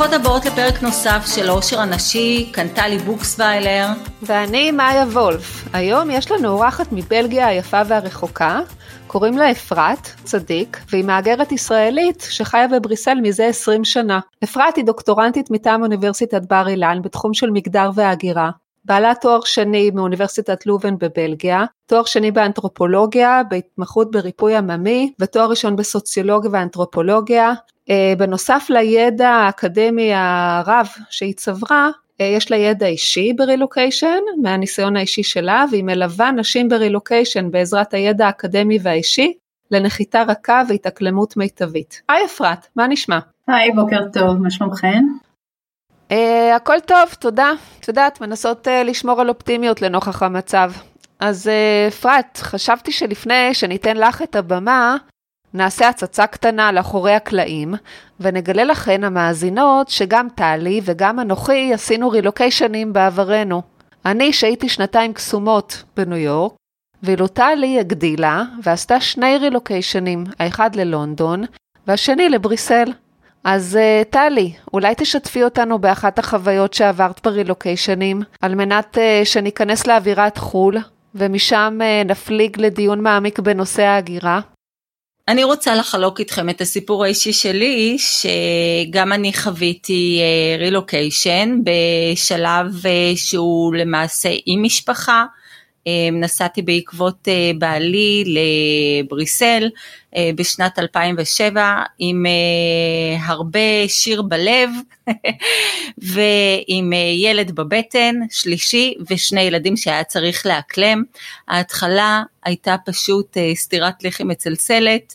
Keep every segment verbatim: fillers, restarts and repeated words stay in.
ברוכות הבאות לפרק נוסף של אושר הנשי, כאן טלי בוקסוויילר. ואני מאיה וולף. היום יש לנו אורחת מבלגיה היפה והרחוקה, קוראים לה אפרת צדיק, והיא מהגרת ישראלית שחיה בבריסל מזה עשרים שנה. אפרת היא דוקטורנטית מטעם אוניברסיטת בר אילן בתחום של מגדר והגירה. בעלת תואר שני מאוניברסיטת לובן בבלגיה, תואר שני באנתרופולוגיה, בהתמחות בריפוי עממי, ותואר ראשון בסוציולוגיה ואנתרופולוגיה. בנוסף לידע האקדמי הרב שהיא צברה, יש לה ידע אישי ברילוקיישן, מהניסיון האישי שלה, והיא מלווה נשים ברילוקיישן בעזרת הידע האקדמי והאישי, לנחיתה רכה והתאקלמות מיטבית. היי אפרת, מה נשמע? היי, בוקר טוב, מה שלומכן? Uh, הכל טוב, תודה. את יודעת, מנסות uh, לשמור על אופטימיות לנוכח המצב. אז uh, אפרת, חשבתי שלפני שניתן לך את הבמה, נעשה הצצה קטנה לאחורי הקלעים, ונגלה לכן המאזינות שגם טלי וגם אנוכי עשינו רילוקיישנים בעברנו. אני שהייתי שנתיים קסומות בניו יורק, ואילו טלי הגדילה ועשתה שני רילוקיישנים, האחד ללונדון והשני לבריסל. אז uh, טלי, אולי תשתפי אותנו באחת החוויות שעברת ברילוקיישנים, על מנת uh, שניכנס לאווירת חול, ומשם uh, נפליג לדיון מעמיק בנושא ההגירה. אני רוצה לחלוק איתכם את הסיפור האישי שלי, שגם אני חוויתי רילוקיישן בשלב שהוא למעשה עם משפחה. נסעתי בעקבות בעלי לבריסל בשנת אלפיים ושבע עם הרבה שיר בלב ועם ילד בבטן שלישי ושני ילדים שהיה צריך לאקלם. ההתחלה הייתה פשוט סתירת לחי מצלצלת,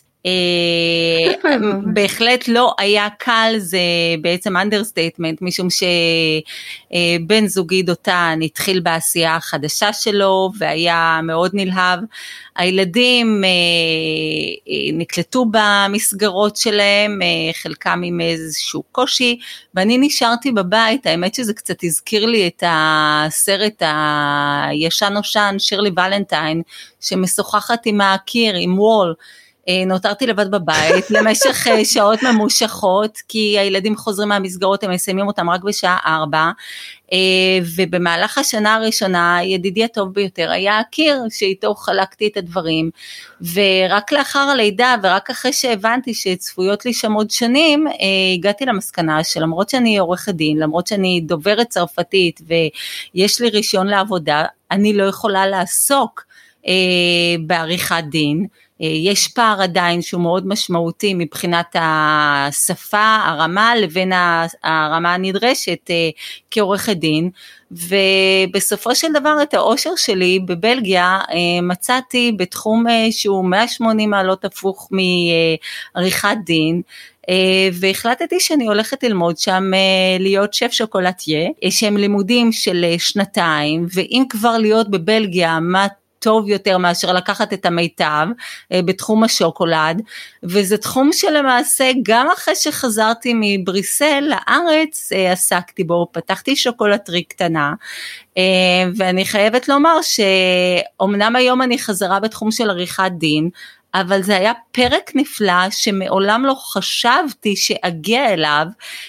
בהחלט לא היה קל, זה בעצם אנדרסטייטמנט, משום שבן זוגי דותן התחיל בעשייה החדשה שלו והיה מאוד נלהב. הילדים נקלטו במסגרות שלהם, חלקם עם איזשהו קושי, ואני נשארתי בבית. האמת שזה קצת הזכיר לי את הסרט הישן נושן, שירלי ולנטיין, שמשוחחת עם הקיר, עם וול. נותרתי לבד בבית למשך שעות ממושכות, כי הילדים חוזרים מהמסגרות, הם מסיימים אותם רק בשעה ארבע, ובמהלך השנה הראשונה, ידידי הטוב ביותר היה הקיר, שאיתו חלקתי את הדברים, ורק לאחר הלידה, ורק אחרי שהבנתי שצפויות לי שם עוד שנים, הגעתי למסקנה שלמרות שאני עורכת דין, למרות שאני דוברת צרפתית, ויש לי רישיון לעבודה, אני לא יכולה לעסוק בעריכת דין. יש פער עדיין שהוא מאוד משמעותי מבחינת השפה, הרמה, לבין הרמה הנדרשת כעורכת דין, ובסופו של דבר את האושר שלי בבלגיה מצאתי בתחום שהוא מאה ושמונים מעלות הפוך מעריכת דין, והחלטתי שאני הולכת ללמוד שם להיות שף שוקולטייה, שהם לימודים של שנתיים, ואם כבר להיות בבלגיה, מה טוב יותר מאשר לקחת את המיטב בתחום השוקולד, וזה תחום שלמעשה גם אחרי שחזרתי מבריסל לארץ עסקתי בו, פתחתי שוקולטרי קטנה, ואני חייבת לומר שאומנם היום אני חזרה בתחום של עריכת דין, אבל זה היה פרק נפלא שמעולם לא חשבתי שאגיע אליו,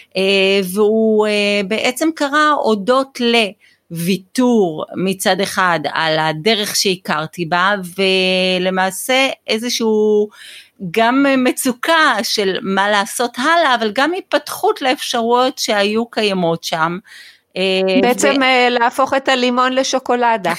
והוא בעצם קרה הודות ל... ויתור מצד אחד על הדרך שהכרתי בה, ולמעשה איזשהו גם מצוקה של מה לעשות הלאה, אבל גם התפתחות לאפשרויות שהיו קיימות שם. בעצם ו... להפוך את הלימון לשוקולדה.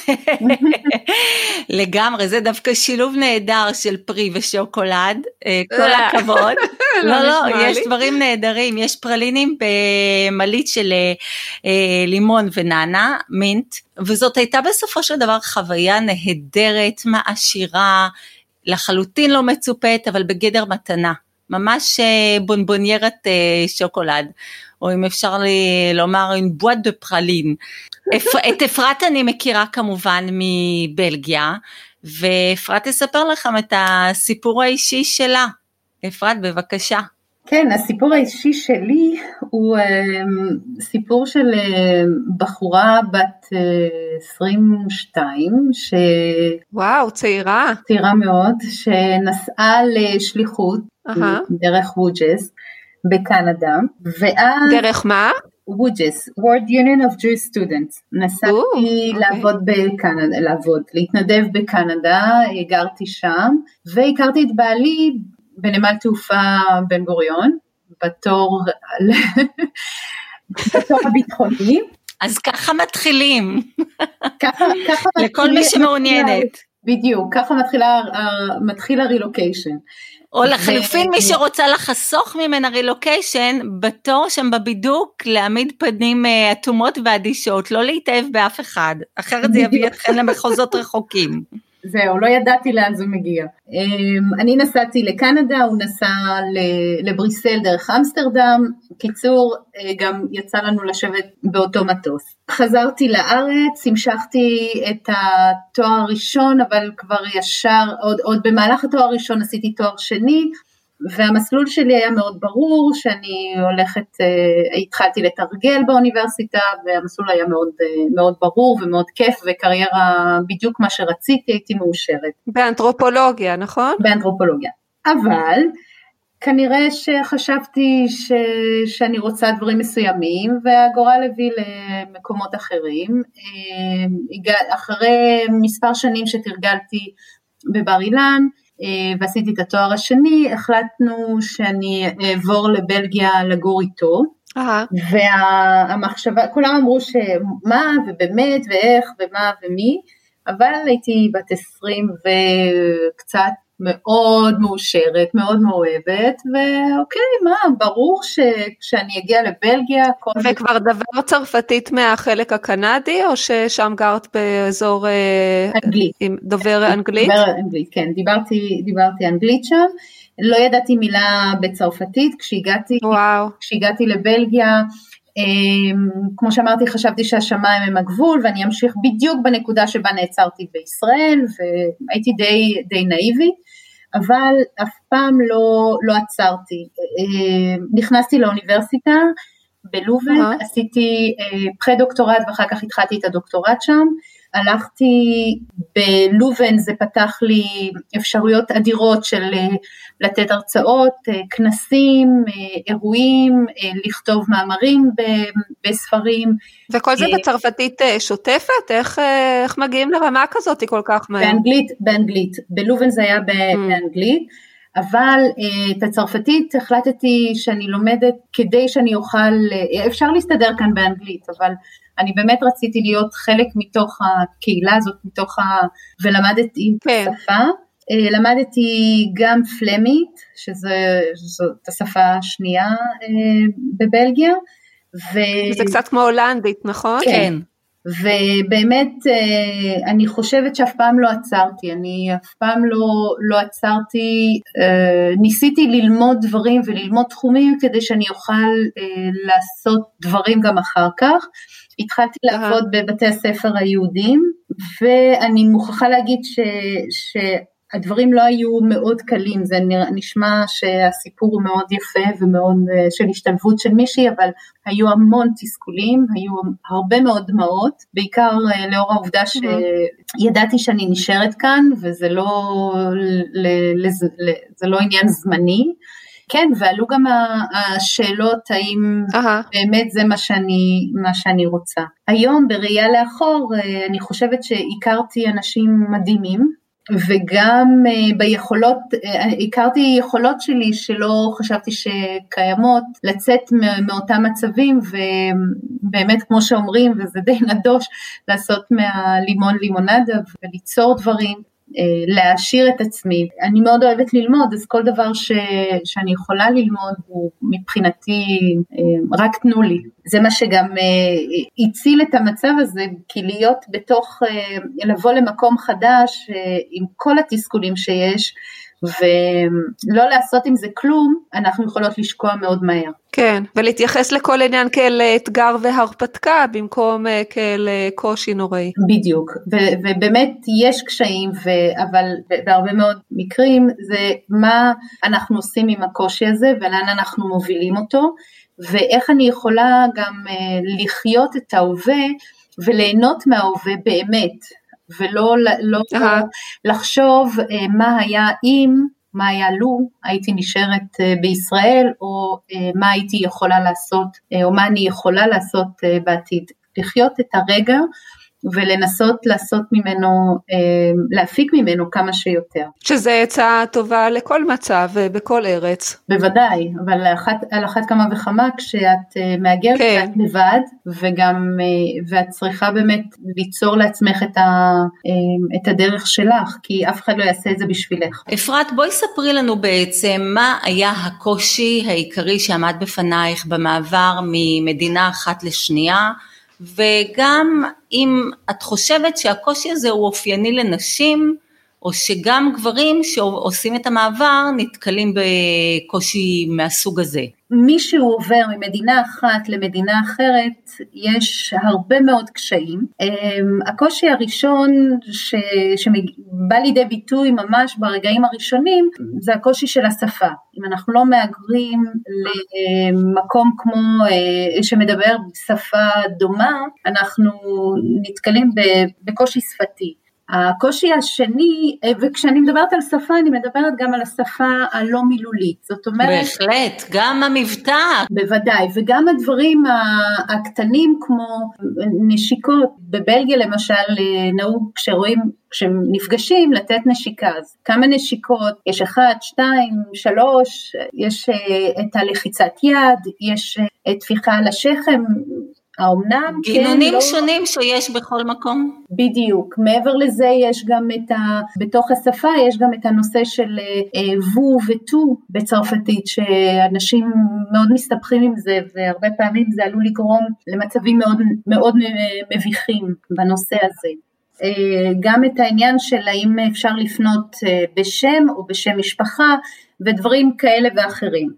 לגמרי, זה דווקא שילוב נהדר של פרי ושוקולד, כל הכבוד. לא, לא, יש דברים נהדרים, יש פרלינים במלית של לימון וננה, מינט, וזאת הייתה בסופו של דבר חוויה נהדרת, מעשירה, לחלוטין לא מצופת, אבל בגדר מתנה, ממש בונבוניירת שוקולד. או אם אפשר לי לומר, עם בועת דה פרלין. את אפרת אני מכירה כמובן מבלגיה, ואפרת תספר לכם את הסיפור האישי שלה. אפרת, בבקשה. כן, הסיפור האישי שלי הוא סיפור של בחורה בת עשרים ושתיים, ש... וואו, צעירה. צעירה מאוד, שנסעה לשליחות uh-huh. דרך ווג'ס, בקנדה, ואז... דרך מה? ווג'ס, World Union of Jewish Students. נסעתי לעבוד בקנדה, לעבוד, להתנדב בקנדה, גרתי שם, והכרתי את בעלי בנמל תעופה בן גוריון, בתור, בתור הביטחוני. אז ככה מתחילים, ככה, ככה לכל מי שמעוניינת. בדיוק, ככה מתחילה, מתחיל הרילוקיישן. או לחלופין מי שרוצה לחסוך ממנה רילוקיישן, בתור שם בבידוק להעמיד פנים אטומות ואדישות, לא להתאהב באף אחד, אחרת זה יביא אתכם למחוזות רחוקים. זהו, לא ידעתי לאן זה מגיע. אני נסעתי לקנדה, הוא נסע לבריסל דרך אמסטרדם, קיצור, גם יצא לנו לשבת באותו מטוס. חזרתי לארץ, המשכתי את התואר הראשון, אבל כבר ישר, עוד, עוד במהלך התואר הראשון עשיתי תואר שני, והמסלול שלי היה מאוד ברור, שאני הולכת, התחלתי לתרגל באוניברסיטה, והמסלול היה מאוד, מאוד ברור ומאוד כיף, וקריירה בדיוק מה שרציתי, הייתי מאושרת. באנתרופולוגיה, נכון? באנתרופולוגיה. אבל, כנראה שחשבתי ש, שאני רוצה דברים מסוימים, והגורל הביא למקומות אחרים. אחרי מספר שנים שתרגלתי בבר אילן, ועשיתי את התואר השני, החלטנו שאני אעבור לבלגיה לגור איתו, והמחשבה, כולם אמרו שמה ובאמת ואיך ומה ומי, אבל הייתי בת עשרים וקצת מאוד מאושרת, מאוד מאוהבת, ואוקיי, מה, ברור שכשאני אגיע לבלגיה... וכבר דבר צרפתית מהחלק הקנדי, או ששם גרת באזור... אנגלית. עם דובר אנגלית? דובר אנגלית, כן, דיברתי, דיברתי אנגלית שם, לא ידעתי מילה בצרפתית, כשהגעתי, כשהגעתי לבלגיה, כמו שאמרתי, חשבתי שהשמיים הם הגבול, ואני אמשיך בדיוק בנקודה שבה נעצרתי בישראל, והייתי די, די נאיבית, אבל אף פעם לא, לא עצרתי. נכנסתי לאוניברסיטה בלובן, עשיתי פרה-דוקטורט, ואחר כך התחלתי את הדוקטורט שם, הלכתי בלובן, זה פתח לי אפשרויות אדירות של לתת הרצאות, כנסים, אירועים, לכתוב מאמרים בספרים. וכל זה בצרפתית שוטפת? איך, איך מגיעים לרמה כזאת כל כך מהר? באנגלית, באנגלית. בלובן זה היה באנגלית, אבל את הצרפתית החלטתי שאני לומדת כדי שאני אוכל, אפשר להסתדר כאן באנגלית, אבל אני באמת רציתי להיות חלק מתוך הקהילה הזאת, מתוך ה... ולמדתי כן. שפה, למדתי גם פלמית, שזאת השפה השנייה בבלגיה. ו... זה קצת כמו הולנדית, נכון? כן. ובאמת אני חושבת שאף פעם לא עצרתי, אני אף פעם לא, לא עצרתי, ניסיתי ללמוד דברים וללמוד תחומים כדי שאני אוכל לעשות דברים גם אחר כך, התחלתי לעבוד בבתי הספר היהודים, ואני מוכרחה להגיד ש... ש... הדברים לא היו מאוד קלים, זה נשמע שהסיפור הוא מאוד יפה ומאוד של השתלבות של מישהי, אבל היו המון תסכולים, היו הרבה מאוד דמעות, בעיקר לאור העובדה שידעתי שאני נשארת כאן, וזה לא, זה לא עניין זמני, כן, ועלו גם השאלות האם באמת זה מה שאני, מה שאני רוצה. היום בראייה לאחור, אני חושבת שהכרתי אנשים מדהימים, וגם ביכולות, הכרתי יכולות שלי שלא חשבתי שקיימות, לצאת מאותם מצבים, ובאמת כמו שאומרים, וזה די נדוש, לעשות מהלימון לימונדה, וליצור דברים, להעשיר את עצמי. אני מאוד אוהבת ללמוד, אז כל דבר ש, שאני יכולה ללמוד, הוא מבחינתי, רק תנו לי. זה מה שגם הציל את המצב הזה, כי להיות בתוך, לבוא למקום חדש, עם כל התסכולים שיש, ולא לעשות עם זה כלום, אנחנו יכולות לשקוע מאוד מהר. כן, ולהתייחס לכל עניין כאל אתגר והרפתקה, במקום כאל קושי נוראי. בדיוק, ו- ובאמת יש קשיים, ו- אבל בהרבה מאוד מקרים, זה מה אנחנו עושים עם הקושי הזה, ולאן אנחנו מובילים אותו, ואיך אני יכולה גם לחיות את ההווה, וליהנות מההווה באמת, ולא לא, לחשוב מה היה אם, מה היה לו, הייתי נשארת בישראל, או מה הייתי יכולה לעשות, או מה אני יכולה לעשות בעתיד. לחיות את הרגע, ולנסות לעשות ממנו, להפיק ממנו כמה שיותר. שזה עצה טובה לכל מצב, בכל ארץ. בוודאי, אבל על אחת כמה וכמה, כשאת מאגרת כן. את לבד, וגם, ואת צריכה באמת ליצור לעצמך את, ה, את הדרך שלך, כי אף אחד לא יעשה את זה בשבילך. אפרת, בואי ספרי לנו בעצם, מה היה הקושי העיקרי שעמד בפנייך, במעבר ממדינה אחת לשנייה, וגם אם את חושבת שהקושי הזה הוא אופייני לנשים, או שגם גברים שעושים את המעבר נתקלים בקושי מהסוג הזה. מי שהוא עובר ממדינה אחת למדינה אחרת, יש הרבה מאוד קשיים. הקושי הראשון ש... שבא לידי ביטוי ממש ברגעים הראשונים, זה הקושי של השפה. אם אנחנו לא מאגרים למקום כמו שמדבר שפה דומה, אנחנו נתקלים בקושי שפתי. הקושי השני, וכשאני מדברת על שפה, אני מדברת גם על השפה הלא מילולית, זאת אומרת... בהחלט, גם המבטא. בוודאי, וגם הדברים הקטנים כמו נשיקות, בבלגיה למשל נהוג כשרואים, כשנפגשים לתת נשיקה, אז כמה נשיקות, יש אחת, שתיים, שלוש, יש את הלחיצת יד, יש תפיחה על השכם, האומנם, גינונים כן, לא... שונים שיש בכל מקום. בדיוק, מעבר לזה יש גם את ה... בתוך השפה יש גם את הנושא של אה, וו וטו בצרפתית, שאנשים מאוד מסתבכים עם זה, והרבה פעמים זה עלול לגרום למצבים מאוד, מאוד מביכים בנושא הזה. אה, גם את העניין של האם אפשר לפנות אה, בשם או בשם משפחה, ודברים כאלה ואחרים.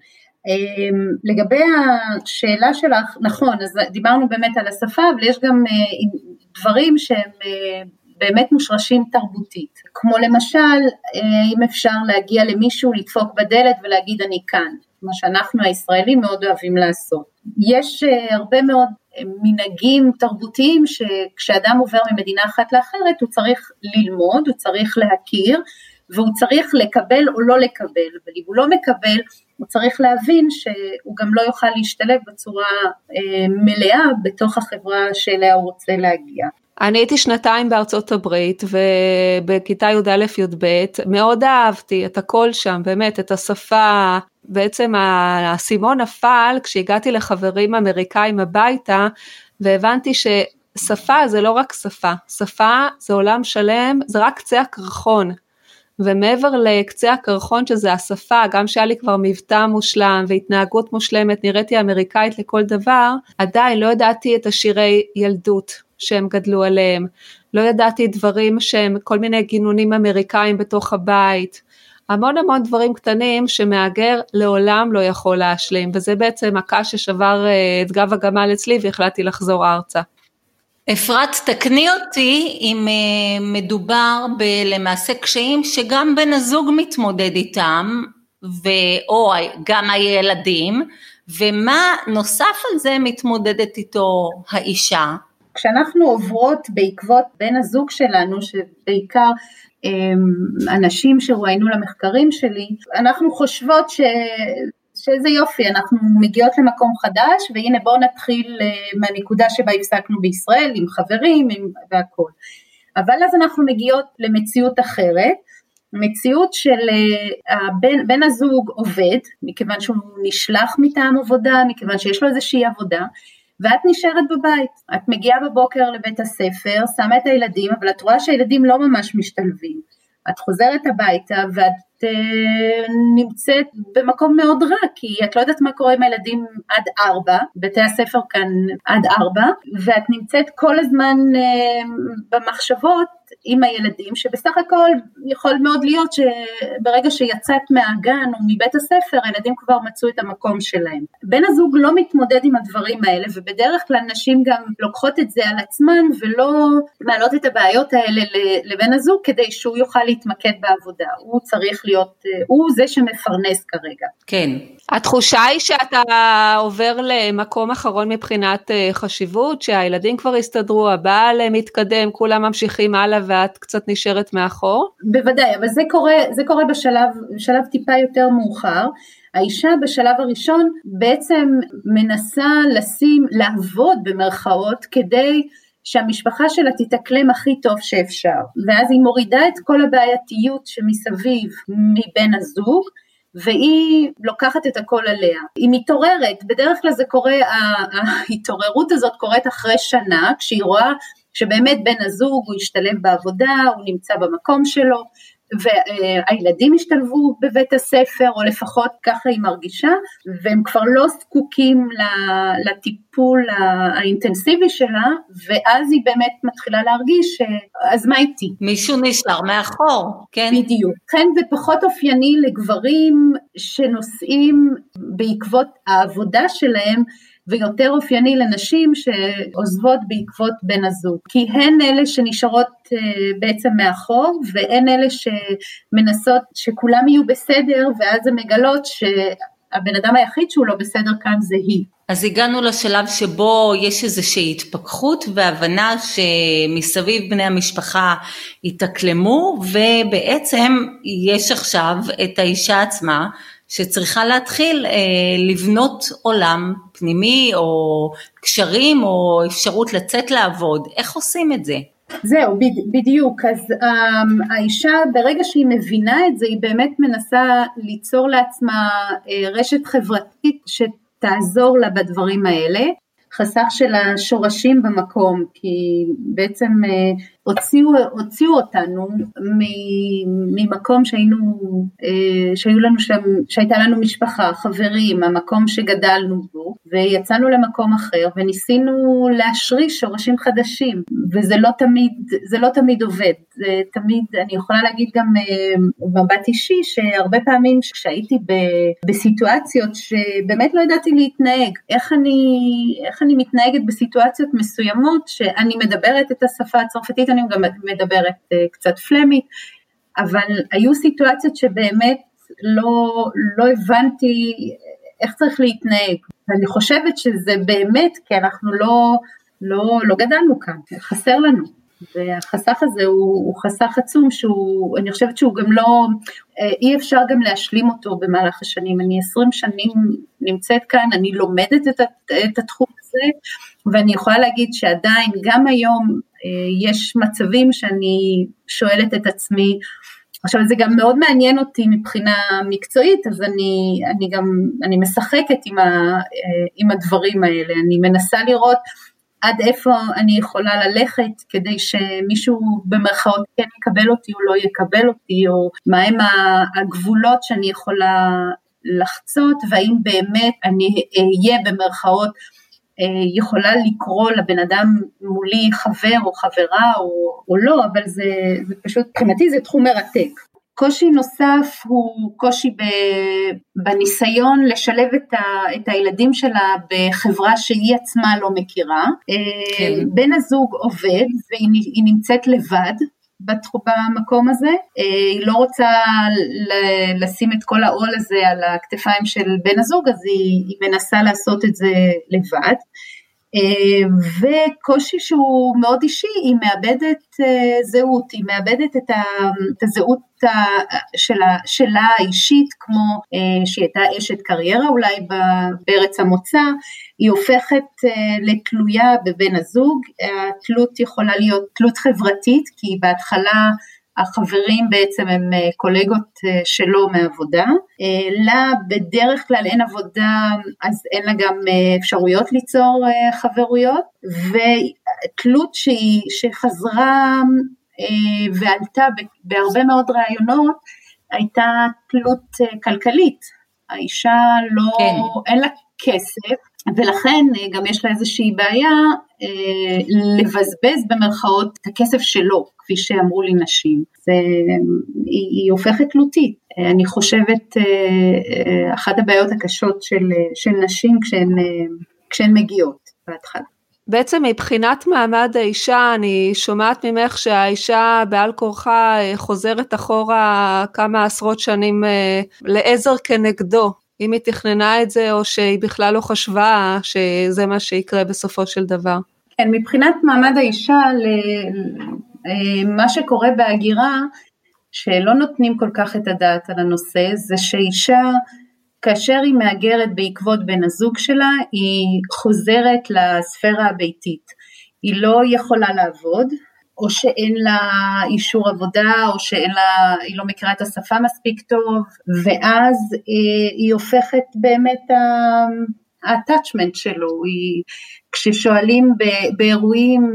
לגבי השאלה שלך, נכון, אז דיברנו באמת על השפה, אבל יש גם דברים שהם באמת מושרשים תרבותית, כמו למשל, אם אפשר להגיע למישהו, לדפוק בדלת ולהגיד אני כאן, מה שאנחנו הישראלים מאוד אוהבים לעשות. יש הרבה מאוד מנהגים תרבותיים, שכשאדם עובר ממדינה אחת לאחרת, הוא צריך ללמוד, הוא צריך להכיר, והוא צריך לקבל או לא לקבל, אבל אם הוא לא מקבל, הוא צריך להבין שהוא גם לא יוכל להשתלב בצורה אה, מלאה בתוך החברה שאליה הוא רוצה להגיע. אני הייתי שנתיים בארצות הברית, ובכיתה י' א' י' ב', מאוד אהבתי את הכל שם, באמת, את השפה, בעצם הסימון נפל, כשהגעתי לחברים אמריקאים הביתה, והבנתי ששפה זה לא רק שפה, שפה זה עולם שלם, זה רק קצה הקרחון, ומעבר לקצה הקרחון שזה השפה, גם שהיה לי כבר מבטא מושלם והתנהגות מושלמת, נראיתי אמריקאית לכל דבר, עדיין לא ידעתי את השירי ילדות שהם גדלו עליהם, לא ידעתי דברים שהם כל מיני גינונים אמריקאים בתוך הבית, המון המון דברים קטנים שמאגר לעולם לא יכול להשלים, וזה בעצם הקש ששבר את גב הגמל אצלי והחלטתי לחזור ארצה. אפרת, תקני אותי אם מדובר בלמעשה קשיים שגם בן הזוג מתמודד איתם, או גם הילדים, ומה נוסף על זה מתמודדת איתו האישה? כשאנחנו עוברות בעקבות בן הזוג שלנו, שבעיקר אנשים שראינו למחקרים שלי, אנחנו חושבות ש... שזה יופי, אנחנו מגיעות למקום חדש, והנה בואו נתחיל מהנקודה שבה הפסקנו בישראל, עם חברים עם... והכל. אבל אז אנחנו מגיעות למציאות אחרת, מציאות של הבן, בן הזוג עובד, מכיוון שהוא נשלח מטעם עבודה, מכיוון שיש לו איזושהי עבודה, ואת נשארת בבית, את מגיעה בבוקר לבית הספר, שמה את הילדים, אבל את רואה שהילדים לא ממש משתלבים, את חוזרת הביתה ואת נמצאת במקום מאוד רע, כי את לא יודעת מה קורה עם הילדים עד ארבע, בתי הספר כאן עד ארבע, ואת נמצאת כל הזמן במחשבות עם הילדים, שבסך הכל יכול מאוד להיות שברגע שיצאת מהגן או מבית הספר, הילדים כבר מצאו את המקום שלהם. בן הזוג לא מתמודד עם הדברים האלה, ובדרך כלל נשים גם לוקחות את זה על עצמן, ולא מעלות את הבעיות האלה לבן הזוג, כדי שהוא יוכל להתמקד בעבודה. הוא צריך להיות, הוא זה שמפרנס כרגע. כן. התחושה היא שאתה עובר למקום אחרון מבחינת חשיבות, שהילדים כבר הסתדרו, הבעל מתקדם, כולם ממשיכים הלאה ואת קצת נשארת מאחור? בוודאי, אבל זה קורה, זה קורה בשלב, בשלב טיפה יותר מאוחר. האישה בשלב הראשון בעצם מנסה לשים, לעבוד במרכאות, כדי שהמשפחה שלה תתאקלם הכי טוב שאפשר, ואז היא מורידה את כל הבעייתיות שמסביב מבן הזוג, והיא לוקחת את הכל עליה. היא מתעוררת, בדרך כלל זה קורה, ההתעוררות הזאת קורית אחרי שנה, כשהיא רואה שבאמת בן הזוג הוא השתלב בעבודה, הוא נמצא במקום שלו, והילדים השתלבו בבית הספר, או לפחות ככה היא מרגישה, והם כבר לא זקוקים לטיפול האינטנסיבי שלה, ואז היא באמת מתחילה להרגיש, אז מה איתי? מישהו נשאר מאחור, כן? בדיוק. כן, זה פחות אופייני לגברים שנוסעים בעקבות העבודה שלהם, ויותר אופייני לנשים שעוזבות בעקבות בן הזוג, כי הן אלה שנשארות בעצם מאחור, והן אלה שמנסות שכולם יהיו בסדר, ואז הן מגלות שהבן אדם היחיד שהוא לא בסדר כאן זה היא. אז הגענו לשלב שבו יש איזושהי התפכחות והבנה שמסביב בני המשפחה התאקלמו, ובעצם יש עכשיו את האישה עצמה, שצריכה להתחיל אה, לבנות עולם פנימי, או קשרים, או אפשרות לצאת לעבוד. איך עושים את זה? זהו, בדיוק. אז um, האישה, ברגע שהיא מבינה את זה, היא באמת מנסה ליצור לעצמה אה, רשת חברתית, שתעזור לה בדברים האלה. חסך של השורשים במקום, כי בעצם אה, הוציאו, הוציאו אותנו ממקום שהיינו, אה, שהיו לנו שם, שהייתה לנו משפחה, חברים, המקום שגדלנו בו, ויצאנו למקום אחר, וניסינו להשריש שורשים חדשים, וזה לא תמיד, זה לא תמיד עובד, זה תמיד, אני יכולה להגיד גם אה, מבט אישי, שהרבה פעמים כשהייתי ב, בסיטואציות שבאמת לא ידעתי להתנהג, איך אני, איך אני מתנהגת בסיטואציות מסוימות, שאני מדברת את השפה הצרפתית, אני גם מדברת uh, קצת פלמית, אבל היו סיטואציות שבאמת לא, לא הבנתי איך צריך להתנהג, ואני חושבת שזה באמת, כי אנחנו לא, לא, לא גדלנו כאן, חסר לנו, והחסך הזה הוא, הוא חסך עצום, שהוא, אני חושבת שהוא גם לא, אי אפשר גם להשלים אותו במהלך השנים, אני עשרים שנים נמצאת כאן, אני לומדת את, את התחום הזה, ואני יכולה להגיד שעדיין, גם היום, יש מצבים שאני שואלת את עצמי, עכשיו זה גם מאוד מעניין אותי מבחינה מקצועית, אז אני, אני גם, אני משחקת עם, ה, עם הדברים האלה, אני מנסה לראות עד איפה אני יכולה ללכת, כדי שמישהו במרכאות כן יקבל אותי, או לא יקבל אותי, או מהם הגבולות שאני יכולה לחצות, והאם באמת אני אהיה במרכאות, יכולה לקרוא לבן אדם מולי חבר או חברה או, או לא, אבל זה, זה פשוט, מבחינתי זה תחום מרתק. קושי נוסף הוא קושי ב, בניסיון לשלב את, ה, את הילדים שלה בחברה שהיא עצמה לא מכירה. כן. בן הזוג עובד והיא נמצאת לבד, במקום הזה, היא לא רוצה לשים את כל העול הזה על הכתפיים של בן הזוג, אז היא, היא מנסה לעשות את זה לבד, וקושי שהוא מאוד אישי, היא מאבדת זהות, היא מאבדת את, ה, את הזהות שלה, שלה האישית, כמו שהיא הייתה אשת קריירה אולי בארץ המוצא, היא הופכת לתלויה בבן הזוג, התלות יכולה להיות תלות חברתית, כי בהתחלה החברים בעצם הם קולגות שלו מעבודה, לה בדרך כלל אין עבודה, אז אין לה גם אפשרויות ליצור חברויות, ותלות שהיא, שחזרה ועלתה בהרבה מאוד רעיונות, הייתה תלות כלכלית, האישה לא, כן. אין לה כסף, ולכן גם יש לה איזושהי בעיה אה, לבזבז במרכאות את הכסף שלו, כפי שאמרו לי נשים. זה, היא, היא הופכת תלותית. אני חושבת אה, אה, אחת הבעיות הקשות של, של נשים כשהן, אה, כשהן מגיעות בהתחלה. בעצם מבחינת מעמד האישה, אני שומעת ממך שהאישה בעל כורחה חוזרת אחורה כמה עשרות שנים אה, לעזר כנגדו. אם היא תכננה את זה, או שהיא בכלל לא חשבה שזה מה שיקרה בסופו של דבר. כן, מבחינת מעמד האישה, מה שקורה בהגירה, שלא נותנים כל כך את הדעת על הנושא, זה שאישה, כאשר היא מאגרת בעקבות בן הזוג שלה, היא חוזרת לספירה הביתית. היא לא יכולה לעבוד, או שאין לה אישור עבודה, או שאין לה, היא לא מכירה את השפה מספיק טוב, ואז היא הופכת באמת ה-attachment שלו, היא, כששואלים באירועים,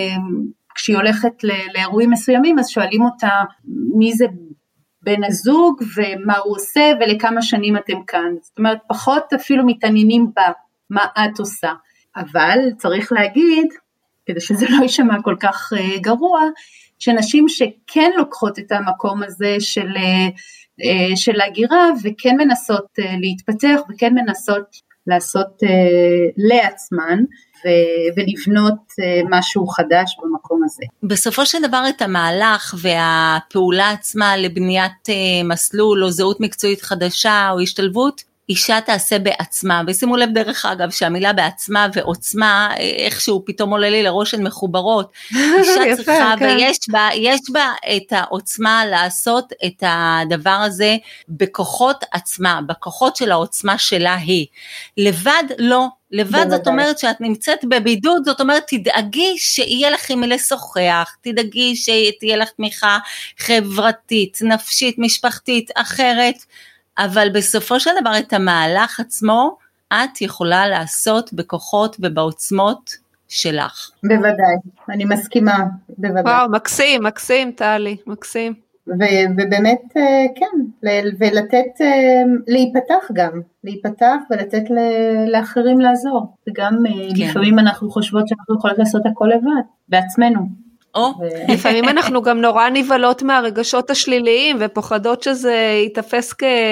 כשהיא הולכת לאירועים מסוימים, אז שואלים אותה מי זה בן הזוג, ומה הוא עושה, ולכמה שנים אתם כאן. זאת אומרת, פחות אפילו מתעניינים בה, מה את עושה. אבל צריך להגיד, כדי שזה לא יישמע כל כך uh, גרוע, שנשים שכן לוקחות את המקום הזה של, uh, של הגירה, וכן מנסות uh, להתפתח, וכן מנסות לעשות uh, לעצמן, ו- ולבנות uh, משהו חדש במקום הזה. בסופו של דבר את המהלך והפעולה עצמה לבניית uh, מסלול או זהות מקצועית חדשה או השתלבות, אישה תעשה בעצמה, ושימו לב דרך אגב שהמילה בעצמה ועוצמה, איכשהו פתאום עולה לי לראש הן מחוברות, אישה צריכה ויש בה, יש בה את העוצמה לעשות את הדבר הזה בכוחות עצמה, בכוחות של העוצמה שלה היא, לבד לא, לבד זאת אומרת שאת נמצאת בבידוד, זאת אומרת תדאגי שיהיה לך עם לשוחח, תדאגי שתהיה לך תמיכה חברתית, נפשית, משפחתית, אחרת, אבל בסופו של דבר את המהלך עצמו, את יכולה לעשות בכוחות ובעוצמות שלך. בוודאי, אני מסכימה, בוודאי. וואו, מקסים, מקסים, טלי, מקסים. ו- ובאמת, כן, ולתת, להיפתח גם, להיפתח ולתת לאחרים לעזור. וגם כן. לפעמים אנחנו חושבות שאנחנו יכולות לעשות הכל לבד, בעצמנו. לפעמים אנחנו גם נורא נבלות מהרגשות השליליים, ופוחדות שזה יתפס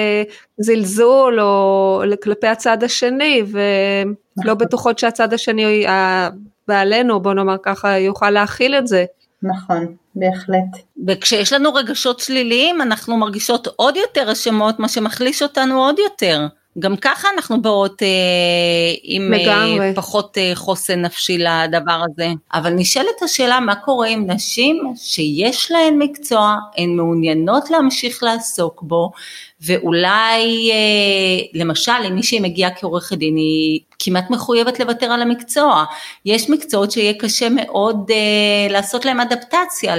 כזלזול, או כלפי הצד השני, ולא בטוחות שהצד השני, בעלינו, בוא נאמר ככה, יוכל להכיל את זה. נכון, בהחלט. וכשיש לנו רגשות שליליים, אנחנו מרגישות עוד יותר אשמות, מה שמחליש אותנו עוד יותר. גם ככה אנחנו באות אה, עם אה, פחות אה, חוסן נפשי לדבר הזה. אבל נשאלת השאלה, מה קורה עם נשים שיש להן מקצוע, הן מעוניינות להמשיך לעסוק בו, ואולי, אה, למשל, אם מישהי מגיעה כעורכת דין, היא כמעט מחויבת לוותר על המקצוע. יש מקצועות שיהיה קשה מאוד אה, לעשות להם אדפטציה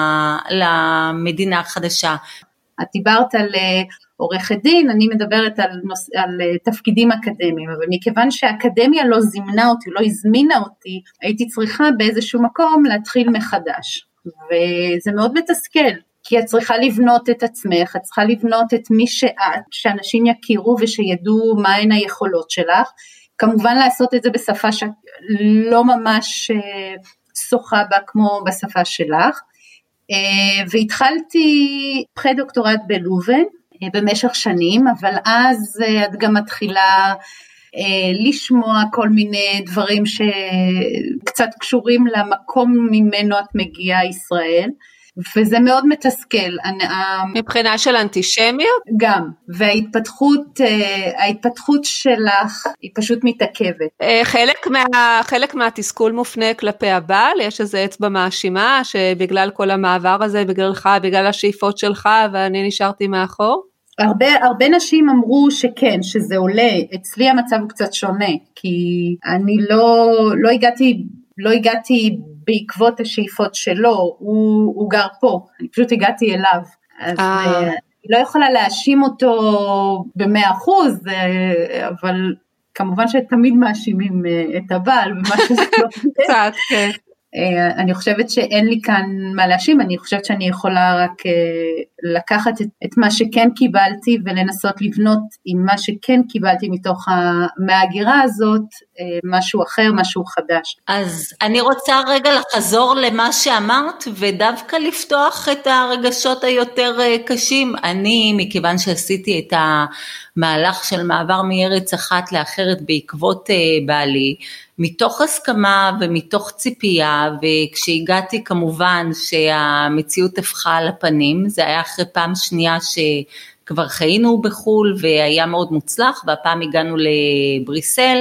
למדינה החדשה. את דיברת על עורכת דין, אני מדברת על, נוס, על תפקידים אקדמיים, אבל מכיוון שהאקדמיה לא זימנה אותי, לא הזמינה אותי, הייתי צריכה באיזשהו מקום להתחיל מחדש, וזה מאוד מתסכל, כי את צריכה לבנות את עצמך, את צריכה לבנות את מי שאת, שאנשים יכירו ושידעו מהן היכולות שלך, כמובן לעשות את זה בשפה שלא ממש שוחה בה כמו בשפה שלך, והתחלתי פרי דוקטורט בלובן במשך שנים, אבל אז את גם מתחילה לשמוע כל מיני דברים שקצת קשורים למקום ממנו את מגיעה ישראל, וזה מאוד מתסכל. מבחינה של אנטישמיות? גם, וההתפתחות, ההתפתחות שלך היא פשוט מתעכבת. חלק מה, חלק מהתסכול מופנה כלפי הבעל, יש איזה אצבע מאשימה, שבגלל כל המעבר הזה, בגללך, בגלל השאיפות שלך, ואני נשארתי מאחור? הרבה, הרבה נשים אמרו שכן, שזה עולה, אצלי המצב הוא קצת שונה, כי אני לא, לא הגעתי, לא הגעתי בעקבות השאיפות שלו, הוא, הוא גר פה, אני פשוט הגעתי אליו, אז אני לא יכולה להאשים אותו במאה אחוז, אבל כמובן שתמיד מאשימים את הבעל, במה שזה לא קצת, כן. אני חושבת שאין לי כאן מה להאשים, אני חושבת שאני יכולה רק לקחת את, את מה שכן קיבלתי, ולנסות לבנות עם מה שכן קיבלתי מתוך המהגירה הזאת, משהו אחר, משהו חדש. אז אני רוצה רגע לחזור למה שאמרת, ודווקא לפתוח את הרגשות היותר קשים. אני, מכיוון שעשיתי את המהלך של מעבר מארץ אחת לאחרת בעקבות בעלי, מתוך הסכמה ומתוך ציפייה, וכשהגעתי כמובן שהמציאות הפכה על הפנים, זה היה אחרי פעם שנייה שכבר חיינו בחול והיה מאוד מוצלח, והפעם הגענו לבריסל,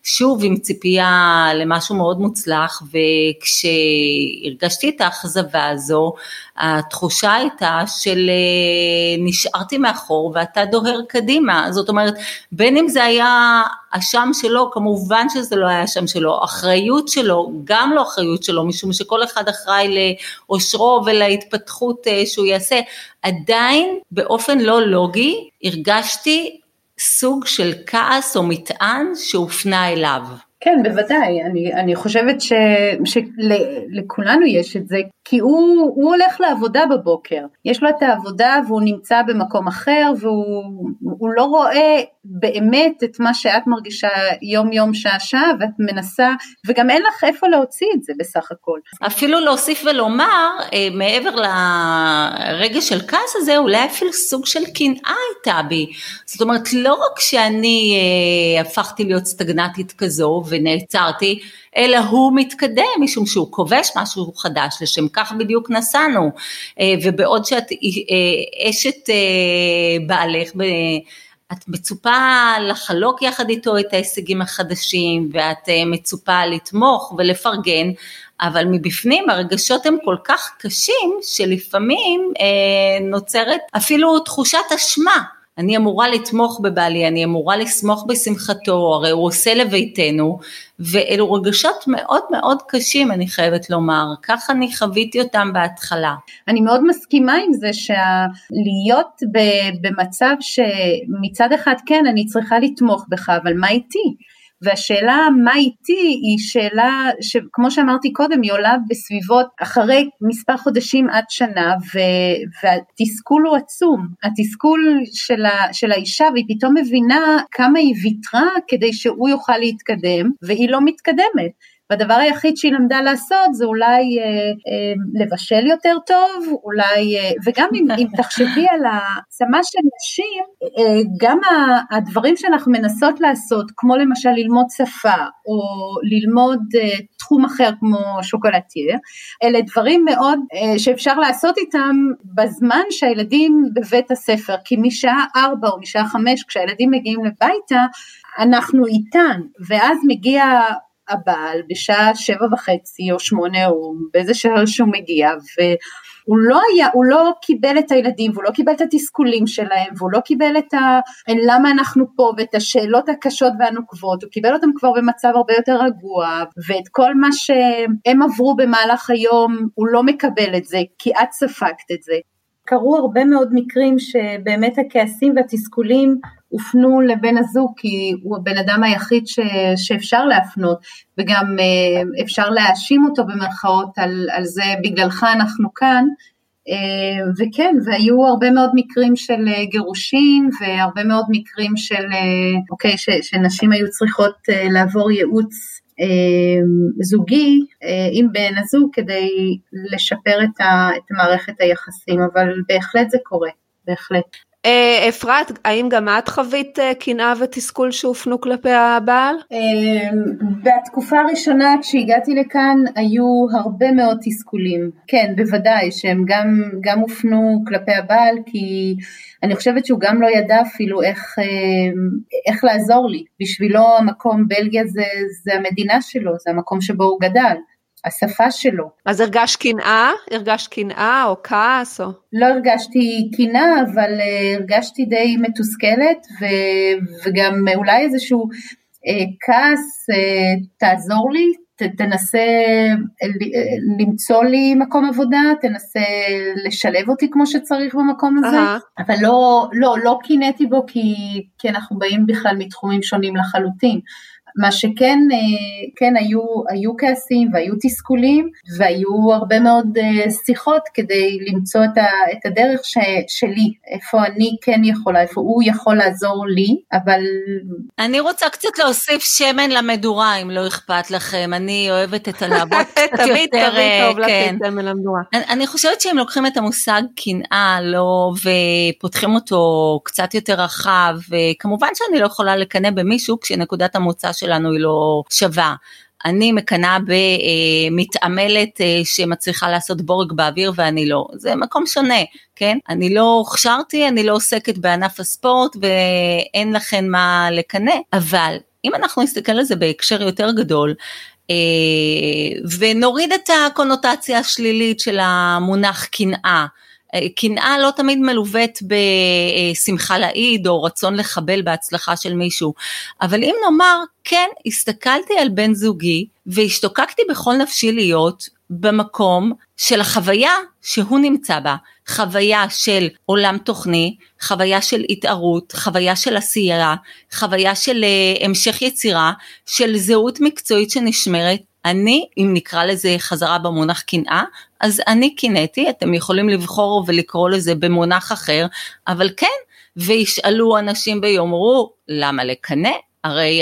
שוב עם ציפייה למשהו מאוד מוצלח, וכשהרגשתי את האכזבה הזו, התחושה הייתה של נשארתי מאחור ואתה דוהר קדימה, זאת אומרת בין אם זה היה השם שלו, כמובן שזה לא היה השם שלו, אחריות שלו, גם לא אחריות שלו, משום שכל אחד אחראי לאושרו ולהתפתחות שהוא יעשה, עדיין באופן לא לוגי הרגשתי סוג של כעס או מטען שהופנה אליו. כן, בוודאי, אני, אני חושבת ש, שלכולנו יש את זה, כי הוא, הוא הולך לעבודה בבוקר, יש לו את העבודה והוא נמצא במקום אחר, והוא לא רואה באמת את מה שאת מרגישה יום יום שעה שעה, ואת מנסה, וגם אין לך איפה להוציא את זה בסך הכל. אפילו להוסיף ולומר, מעבר לרגש של כעס הזה, אולי אפילו סוג של קנאה הייתה בי, זאת אומרת, לא רק שאני הפכתי להיות סטגנטית כזו, ונעצרתי, אלא הוא מתקדם, משום שהוא כובש משהו חדש, לשם כך בדיוק נסענו, ובעוד שאת אשת בעלך, את מצופה לחלוק יחד איתו את ההישגים החדשים, ואת מצופה לתמוך ולפרגן, אבל מבפנים הרגשות הם כל כך קשים, שלפעמים נוצרת אפילו תחושת אשמה, אני אמורה לתמוך בבעלי, אני אמורה לשמוח בשמחתו, הרי הוא עושה לביתנו, ואלו רגשות מאוד מאוד קשים, אני חייבת לומר, כך אני חוויתי אותם בהתחלה. אני מאוד מסכימה עם זה, שלהיות במצב שמצד אחד כן, אני צריכה לתמוך בך, אבל מה איתי? והשאלה מה איתי היא שאלה שכמו שאמרתי קודם היא עולה בסביבות אחרי מספר חודשים עד שנה והתסכול הוא עצום, התסכול של, ה, של האישה והיא פתאום מבינה כמה היא ויתרה כדי שהוא יוכל להתקדם והיא לא מתקדמת. והדבר היחיד שהיא למדה לעשות זה אולי אה, אה, לבשל יותר טוב, אולי, אה, וגם אם, אם תחשבי על העצמה של נשים, אה, גם הדברים שאנחנו מנסות לעשות, כמו למשל ללמוד שפה, או ללמוד אה, תחום אחר כמו שוקולטייר, אלה דברים מאוד אה, שאפשר לעשות איתם בזמן שהילדים בבית הספר, כי משעה ארבע או משעה חמש, כשהילדים מגיעים לביתה, אנחנו איתן, ואז מגיע הבעל בשעה שבע וחצי או שמונה או באיזה שעה שהוא מגיע והוא לא היה, הוא לא קיבל את הילדים והוא לא קיבל את התסכולים שלהם והוא לא קיבל את ה... למה אנחנו פה ואת השאלות הקשות והנוקבות, הוא קיבל אותם כבר במצב הרבה יותר רגוע ואת כל מה שהם עברו במהלך היום הוא לא מקבל את זה כי את ספגת את זה. קרו הרבה מאוד מקרים שבאמת הכעסים והתסכולים הופנו לבן הזוג, כי הוא הבן אדם היחיד ש, שאפשר להפנות, וגם אפשר להאשים אותו במרכאות על, על זה, בגללך אנחנו כאן, וכן, והיו הרבה מאוד מקרים של גירושים, והרבה מאוד מקרים של, אוקיי, ש, שנשים היו צריכות לעבור ייעוץ זוגי עם בן הזוג, כדי לשפר את, ה, את מערכת היחסים, אבל בהחלט זה קורה, בהחלט. אפרת, האם גם את חווית קנאה ותסכול שהופנו כלפי הבעל? בתקופה הראשונה כשהגעתי לכאן היו הרבה מאוד תסכולים, כן בוודאי שהם גם, גם הופנו כלפי הבעל, כי אני חושבת שהוא גם לא ידע אפילו איך, איך לעזור לי, בשבילו המקום בלגיה זה, זה המדינה שלו, זה המקום שבו הוא גדל. השפה שלו. אז הרגש קנאה? הרגש קנאה או כעס? או... לא הרגשתי קנאה, אבל uh, הרגשתי די מתוסכלת, ו- וגם אולי איזשהו uh, כעס, uh, תעזור לי, ת- תנסה ל- למצוא לי מקום עבודה, תנסה לשלב אותי כמו שצריך במקום הזה, uh-huh. אבל לא, לא, לא קינאתי בו, כי, כי אנחנו באים בכלל מתחומים שונים לחלוטין. מה שכן, כן, היו, היו כעסים והיו תסכולים, והיו הרבה מאוד שיחות כדי למצוא את, ה, את הדרך ש, שלי, איפה אני כן יכולה, איפה הוא יכול לעזור לי, אבל... אני רוצה קצת להוסיף שמן למדורה, אם לא אכפת לכם, אני אוהבת את הלעבוד קצת יותר, תמיד תמיד טוב לתת שמן למדורה. אני, אני חושבת שהם לוקחים את המושג קנאה, לא, ופותחים אותו קצת יותר רחב, וכמובן שאני לא יכולה לקנא במישהו, כשנקודת המוצא שלנו היא לא שווה. אני מקנה במתעמלת שמצליחה לעשות בורג באוויר ואני לא. זה מקום שונה, כן? אני לא הוכשרתי, אני לא עוסקת בענף הספורט ואין לכן מה לקנה, אבל אם אנחנו נסתכל על זה בהקשר יותר גדול, ונוריד את הקונוטציה השלילית של המונח קנאה, קנאה לא תמיד מלוות בשמחה לעיד או רצון לחבל בהצלחה של מישהו, אבל אם נאמר, כן, הסתכלתי על בן זוגי והשתוקקתי בכל נפשי להיות במקום של החוויה שהוא נמצא בה, חוויה של עולם תוכני, חוויה של התערות, חוויה של עשייה, חוויה של המשך יצירה, של זהות מקצועית שנשמרת. אני, אם נקרא לזה חזרה במונח קנאה, אז אני קינאתי, אתם יכולים לבחור ולקרוא לזה במונח אחר, אבל כן, וישאלו אנשים ויאמרו, למה לקנא? הרי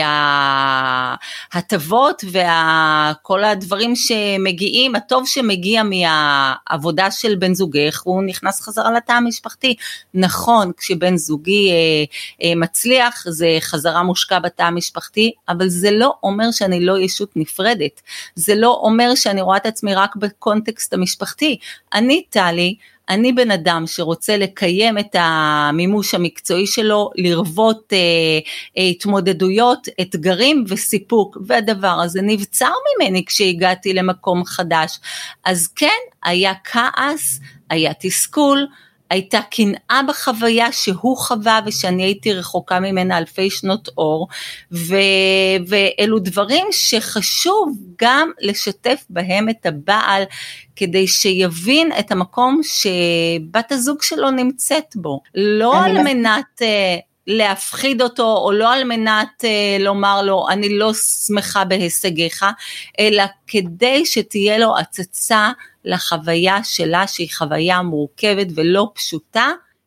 ההטבות וכל הדברים שמגיעים, הטוב שמגיע מהעבודה של בן זוגך, הוא נכנס חזרה לתא המשפחתי. נכון, כשבן זוגי מצליח, זה חזרה מושקע בתא המשפחתי, אבל זה לא אומר שאני לא ישות נפרדת. זה לא אומר שאני רואה את עצמי רק בקונטקסט המשפחתי. אני, טלי, אני בן אדם שרוצה לקיים את המימוש המקצועי שלו, לרבות אה, אה, התמודדויות, אתגרים וסיפוק, והדבר הזה נבצר ממני כשהגעתי למקום חדש. אז כן, היה כעס, היה תסכול, הייתה קנאה בחוויה שהוא חווה ושאני הייתי רחוקה ממנה אלפי שנות אור, ו... ואלו דברים שחשוב גם לשתף בהם את הבעל, כדי שיבין את המקום שבת הזוג שלו נמצאת בו, לא על מנת להפחיד אותו, או לא על מנת לומר לו, אני לא שמחה בהישגיך, אלא כדי שתהיה לו הצצה לחוויה שלה, שהיא חוויה מורכבת ולא פשוטה,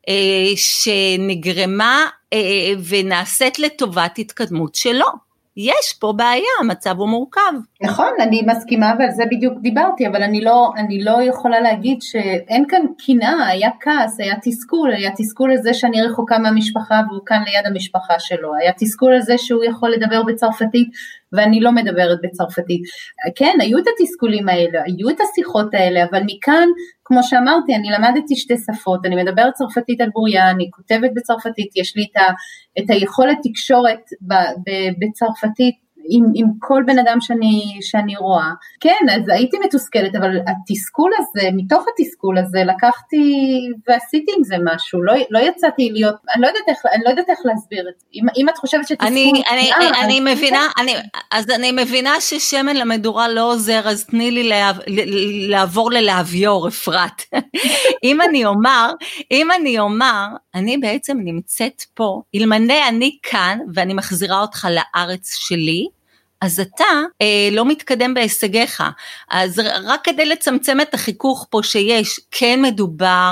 שנגרמה ונעשית לטובת התקדמות שלו. יש פה בעיה, המצב הוא מורכב. נכון, אני מסכימה ועל זה בדיוק דיברתי, אבל אני לא, אני לא יכולה להגיד שאין כאן קנאה, היה כעס, היה תסכול, היה תסכול על זה שאני רחוקה מהמשפחה והוא כאן ליד המשפחה שלו, היה תסכול על זה שהוא יכול לדבר בצרפתית ואני לא מדברת בצרפתית. כן, היו את התסכולים האלה, היו את השיחות האלה, אבל מכאן, כמו שאמרתי, אני למדתי שתי שפות, אני מדברת צרפתית על בוריה, אני כותבת בצרפתית, יש לי את, ה, את היכולת תקשורת ב, ב, בצרפתית, עם, עם כל בן אדם שאני, שאני רואה. כן, אז הייתי מתוסכלת, אבל התסכול הזה, מתוך התסכול הזה, לקחתי ועשיתי עם זה משהו, לא, לא יצאתי להיות, אני לא יודעת איך, אני לא יודעת איך להסביר את זה. אם, אם את חושבת שתסכול... אני, אני, אני, אני מבינה, אני, אז אני מבינה ששמן למדורה לא עוזר, אז תני לי לה, לעבור ללהביור, אפרת. אם אני אומר, אם אני אומר, אני בעצם נמצאת פה, אלמנה אני כאן, ואני מחזירה אותך לארץ שלי, אז אתה אה, לא מתקדם בהישגיך, אז רק כדי לצמצם את החיכוך פה שיש, כן מדובר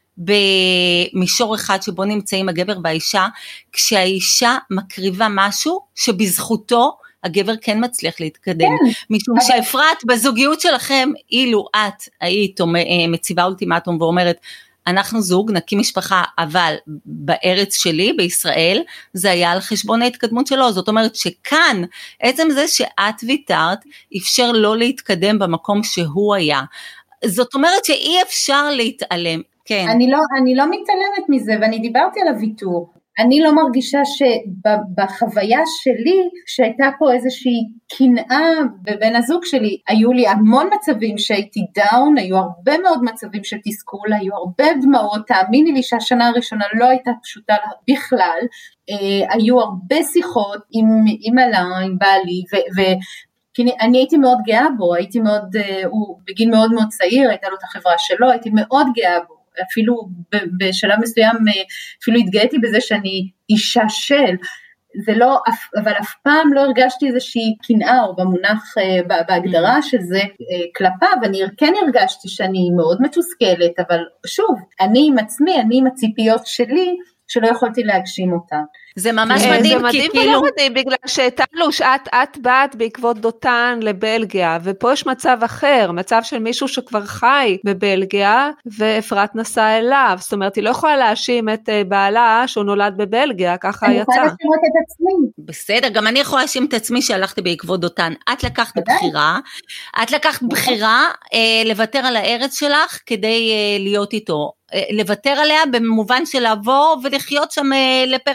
במישור אחד שבו נמצאים הגבר והאישה, כשהאישה מקריבה משהו שבזכותו הגבר כן מצליח להתקדם, כן, משום אבל... שאפרת בזוגיות שלכם, אילו את היית מציבה אולטימטום ואומרת, אנחנו זוג, נקים משפחה, אבל בארץ שלי, בישראל, זה היה על חשבון ההתקדמות שלו, זאת אומרת שכאן, עצם זה שאת ויתרת, אפשר לא להתקדם במקום שהוא היה, זאת אומרת שאי אפשר להתעלם, כן. אני לא, אני לא מתעלמת מזה, ואני דיברתי על הוויתור, אני לא מרגישה שבחוויה שלי, שהייתה פה איזושהי קנאה בבן הזוג שלי, היו לי המון מצבים שהייתי דאון, היו הרבה מאוד מצבים של תסכול, היו הרבה דמעות, תאמיני לי שהשנה הראשונה לא הייתה פשוטה בכלל, היו הרבה שיחות עם, עם עלה, עם בעלי, ו... ו כי אני הייתי מאוד גאה בו, הייתי מאוד, הוא בגיל מאוד מאוד צעיר, הייתה לו את החברה שלו, הייתי מאוד גאה בו, אפילו בשלב מסוים, אפילו התגאיתי בזה שאני אישה של, זה לא, אבל אף פעם לא הרגשתי איזושהי קנאה, או במונח, בהגדרה של זה כלפיו, אני כן הרגשתי שאני מאוד מתוסכלת, אבל שוב, אני עם עצמי, אני עם הציפיות שלי, שלא יכולתי להגשים אותה. זה ממש מדהים, זה מדהים ולא מדהים, בגלל שטלוש, את, את באת בעקבות דותן לבלגיה, ופה יש מצב אחר, מצב של מישהו שכבר חי בבלגיה, ואפרת נסעה אליו, זאת אומרת, היא לא יכולה להאשים את בעלה שהוא נולד בבלגיה, ככה יצא. אני יכולה להאשים את עצמי. בסדר, גם אני יכולה להאשים את עצמי שהלכתי בעקבות דותן, את לקחת בחירה, את לקחת בחירה לוותר על הארץ שלך, כדי להיות איתו. לוותר עליה במובן של לעבור ולחיות שם לפרק זמן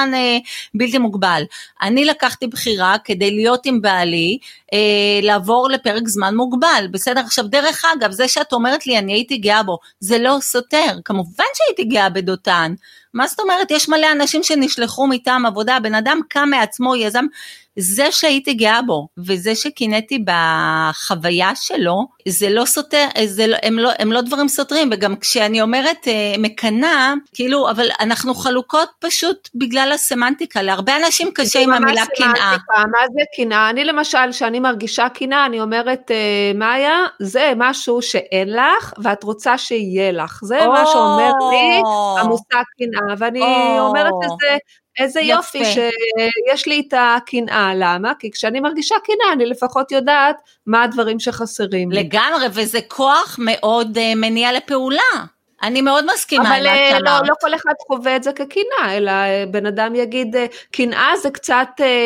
זמן אה, בלתי מוגבל. אני לקחתי בחירה כדי להיות עם בעלי, אה, לעבור לפרק זמן מוגבל, בסדר? עכשיו דרך אגב, זה שאת אומרת לי אני הייתי גאה בו, זה לא סותר, כמובן שהייתי גאה בדותן, מה זאת אומרת? יש מלא אנשים שנשלחו מטעם עבודה, הבן אדם קם מעצמו, יזם, זה שהייתי גאה בו, וזה שקינאתי בחוויה שלו, זה לא סותר, זה לא, הם, לא, הם לא דברים סותרים, וגם כשאני אומרת אה, מקנה, כאילו, אבל אנחנו חלוקות פשוט בגלל הסמנטיקה, להרבה אנשים קשה עם המילה קנאה. מה זה קנאה? אני למשל, שאני מרגישה קנאה, אני אומרת, אה, מאיה, זה משהו שאין לך, ואת רוצה שיהיה לך, זה או, מה שאומר לי, המושג קנאה, ואני או, אומרת לזה, איזה יופי שיש לי את הקנאה, למה? כי כשאני מרגישה קנאה, אני לפחות יודעת מה הדברים שחסרים. לגמרי, וזה כוח מאוד uh, מניע לפעולה. אני מאוד מסכימה עם מה שאמרת. אבל לא כל אחד חווה את זה כקנאה, אלא בן אדם יגיד, קנאה זה קצת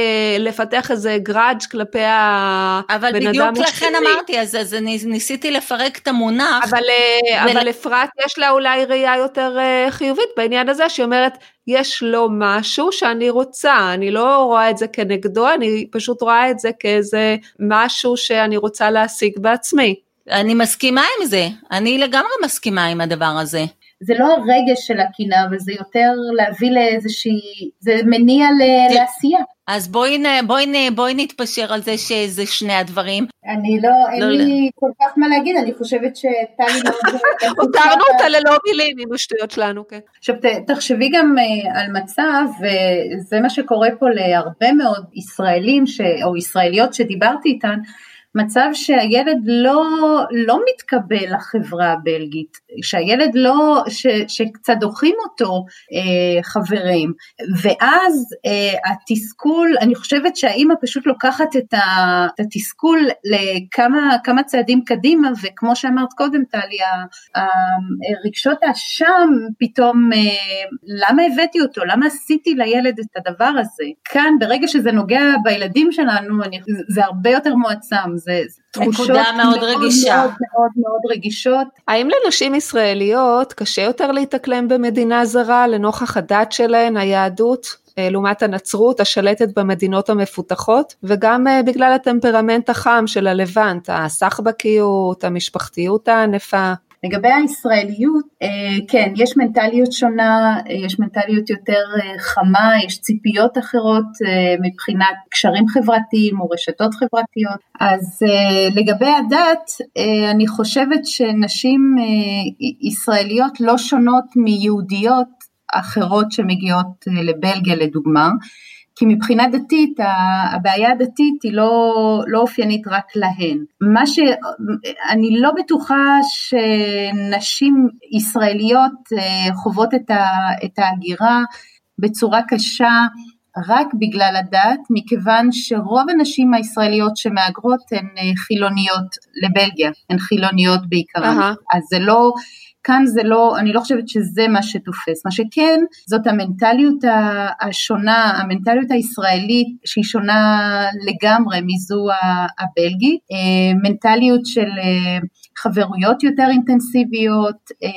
לפתח איזה גראג' כלפי הבן אדם. אבל בדיוק לכן אמרתי, אז ניסיתי לפרק את המונח. אבל אפרת יש לה אולי ראייה יותר חיובית בעניין הזה, שהיא אומרת, יש לו משהו שאני רוצה, אני לא רואה את זה כנגדו, אני פשוט רואה את זה כאיזה משהו שאני רוצה להשיג בעצמי. אני מסכימה עם זה, אני לגמרי מסכימה עם הדבר הזה. זה לא הרגש של הקנאה, אבל זה יותר להביא לאיזושהי, זה מניע לעשייה. אז בואי, בואי, בואי נתפשר על זה שזה שני הדברים. אני לא, אין לי כל כך מה להגיד, אני חושבת שטלי מאוד... הותרנו אותה ללא מילים עם השטויות שלנו, כן. עכשיו תחשבי גם על מצב, וזה מה שקורה פה להרבה מאוד ישראלים, או ישראליות שדיברתי איתן, מצב שהילד לא, לא מתקבל לחברה הבלגית, שהילד לא, ש, שקצת דוחים אותו אה, חברים, ואז אה, התסכול, אני חושבת שהאימא פשוט לוקחת את, ה, את התסכול לכמה כמה צעדים קדימה, וכמו שאמרת קודם טלי, הרגשות האשם פתאום, אה, למה הבאתי אותו, למה עשיתי לילד את הדבר הזה, כאן ברגע שזה נוגע בילדים שלנו, אני, זה הרבה יותר מועצם, זה תחושות מאוד, מאוד רגישה. מאוד מאוד מאוד רגישות. האם לנשים ישראליות קשה יותר להתאקלם במדינה זרה לנוכח הדת שלהן, היהדות, לעומת הנצרות השלטת במדינות המפותחות, וגם בגלל הטמפרמנט החם של הלבנט, הסחבקיות, המשפחתיות הענפה? לגבי הישראליות, כן, יש מנטליות שונה, יש מנטליות יותר חמה, יש ציפיות אחרות מבחינת קשרים חברתיים או רשתות חברתיות. אז לגבי הדת, אני חושבת שנשים ישראליות לא שונות מיהודיות אחרות שמגיעות לבלגיה לדוגמה, כי מבחינה דתית, הבעיה הדתית היא לא, לא אופיינית רק להן. מה שאני לא בטוחה שנשים ישראליות חוות את, ה, את ההגירה בצורה קשה, רק בגלל הדת, מכיוון שרוב הנשים הישראליות שמאגרות הן חילוניות לבלגיה, הן חילוניות בעיקרן. Uh-huh. אז זה לא... כאן זה לא, אני לא חושבת שזה מה שתופס, מה שכן, זאת המנטליות השונה, המנטליות הישראלית, שהיא שונה לגמרי מזו הבלגית, מנטליות של חברויות יותר אינטנסיביות,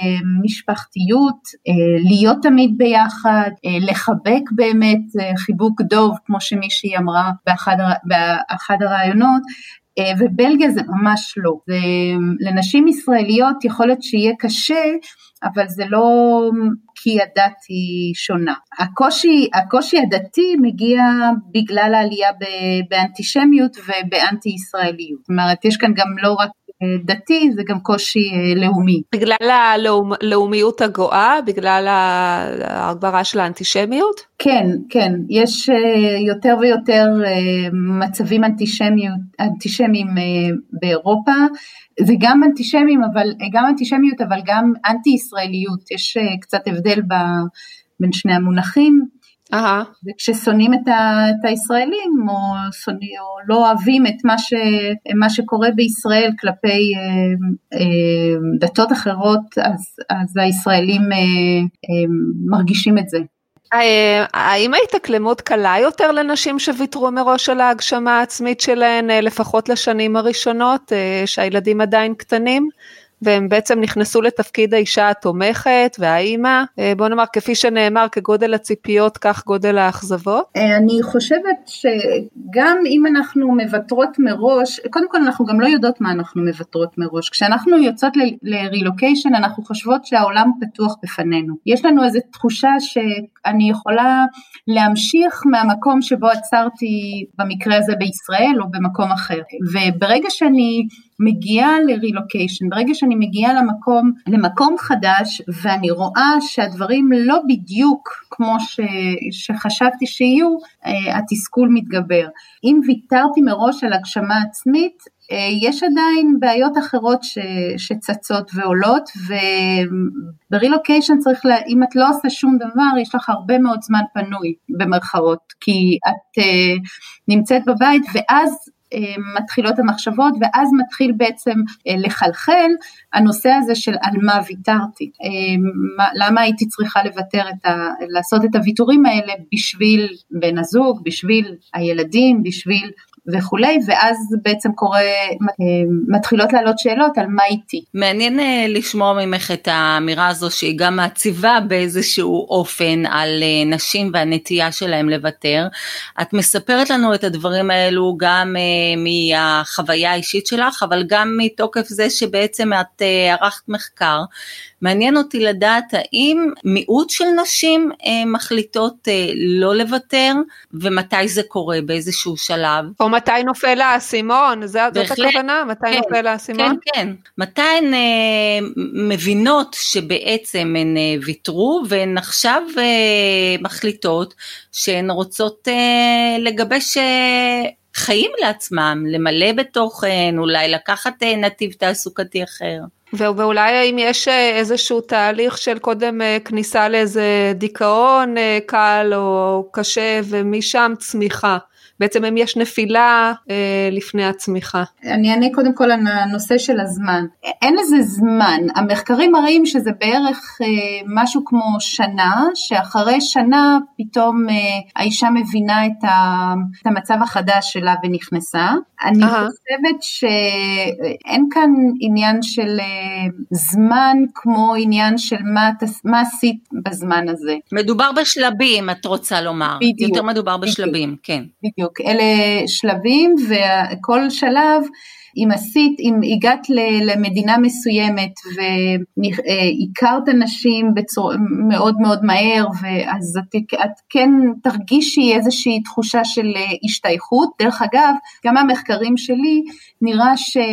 משפחתיות, להיות תמיד ביחד, לחבק באמת חיבוק דוב, כמו שמישהי אמרה באחד, באחד הרעיונות, ובלגיה זה ממש לא, זה, לנשים ישראליות יכול להיות שיהיה קשה, אבל זה לא כי הדת היא שונה. הקושי, הקושי הדתי מגיע בגלל העלייה באנטישמיות ובאנטי ישראליות, זאת אומרת יש כאן גם לא רק דתי, זה גם קושי לאומי. בגלל הלאומיות הגואה, בגלל ההגברה של האנטישמיות? כן, כן, יש יותר ויותר מצבים אנטישמיים באירופה, זה גם אנטישמיים, אבל גם אנטישמיות, אבל גם אנטי ישראליות, יש קצת הבדל בין שני המונחים, Aha. וכששונאים את, ה, את הישראלים, או, שונא, או לא אוהבים את מה, ש, מה שקורה בישראל, כלפי אה, אה, דתות אחרות, אז, אז הישראלים אה, אה, מרגישים את זה. האם ההתאקלמות קלה יותר לנשים שוויתרו מראש על ההגשמה העצמית שלהן, לפחות לשנים הראשונות, שהילדים עדיין קטנים? והם בעצם נכנסו לתפקיד האישה התומכת והאימא, בוא נאמר כפי שנאמר כגודל הציפיות כך גודל האכזבות. אני חושבת שגם אם אנחנו מבטרות מראש, קודם כל אנחנו גם לא יודעות מה אנחנו מבטרות מראש, כשאנחנו יוצאות לרילוקיישן אנחנו חושבות שהעולם פתוח בפנינו, יש לנו איזו תחושה שאני יכולה להמשיך מהמקום שבו עצרתי במקרה הזה בישראל או במקום אחר, וברגע שאני מגיעה לרילוקיישן, ברגע שאני מגיעה למקום, למקום חדש, ואני רואה שהדברים לא בדיוק כמו ש, שחשבתי שיהיו, התסכול מתגבר. אם ויתרתי מראש על הגשמה עצמית, יש עדיין בעיות אחרות ש, שצצות ועולות, וברילוקיישן צריך, לה, אם את לא עושה שום דבר, יש לך הרבה מאוד זמן פנוי במרכאות, כי את uh, נמצאת בבית, ואז מתחילות המחשבות, ואז מתחיל בעצם לחלחל הנושא הזה של על מה ויתרתי, למה הייתי צריכה לוותר את ה, לעשות את הוויתורים האלה בשביל בן הזוג, בשביל הילדים, בשביל וכולי, ואז בעצם קורה, מתחילות לעלות שאלות על מה איתי. מעניין לשמוע ממך את האמירה הזו שהיא גם מעציבה באיזשהו אופן על נשים והנטייה שלהם לוותר. את מספרת לנו את הדברים האלו גם מהחוויה האישית שלך, אבל גם מתוקף זה שבעצם את ערכת מחקר. מעניין אותי לדעת האם מיעוט של נשים מחליטות לא לוותר, ומתי זה קורה, באיזשהו שלב. או מתי נופל האסימון, זאת הכוונה? מתי כן, נופל האסימון? כן, כן. מתי הן מבינות שבעצם הן ויתרו, והן עכשיו מחליטות שהן רוצות לגבש חיים לעצמם, למלא בתוכן, אולי לקחת נתיב תעסוקתי אחר. ואולי האם יש איזשהו תהליך של קודם כניסה לאיזה דיכאון קל או קשה, ומשם צמיחה. בעצם אם יש נפילה אה, לפני הצמיחה. אני אענה קודם כל על הנושא של הזמן. אין לזה זמן. המחקרים מראים שזה בערך אה, משהו כמו שנה, שאחרי שנה פתאום אה, האישה מבינה את, ה, את המצב החדש שלה ונכנסה. אני Aha. חושבת שאין כאן עניין של אה, זמן כמו עניין של מה, מה עשית בזמן הזה. מדובר בשלבים, את רוצה לומר. בדיוק. יותר מדובר בשלבים, בדיוק. כן. בדיוק. אלה שלבים, וכל שלב, אם עשית, אם הגעת למדינה מסוימת, והכרת אנשים בצור, מאוד מאוד מהר, אז את, את כן תרגישי איזושהי תחושה של השתייכות. דרך אגב, גם המחקרים שלי, נראה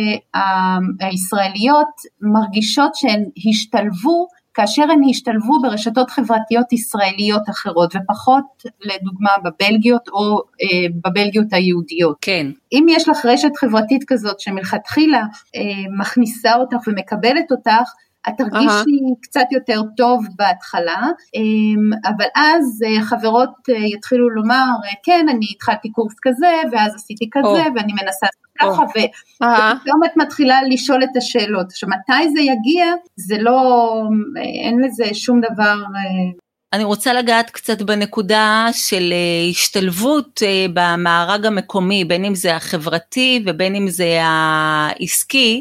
שהישראליות מרגישות שהן השתלבו, כאשר הן השתלבו ברשתות חברתיות ישראליות אחרות, ופחות לדוגמה בבלגיות או אה, בבלגיות היהודיות. כן. אם יש לך רשת חברתית כזאת שמלכתחילה אה, מכניסה אותך ומקבלת אותך, את תרגישי uh-huh. קצת יותר טוב בהתחלה, אבל אז חברות יתחילו לומר, כן, אני התחלתי קורס כזה, ואז עשיתי כזה, oh. ואני מנסה ככה, oh. ופתאום uh-huh. את מתחילה לשאול את השאלות. עכשיו, מתי זה יגיע? זה לא, אין לזה שום דבר. אני רוצה לגעת קצת בנקודה של השתלבות במארג המקומי, בין אם זה החברתי ובין אם זה העסקי,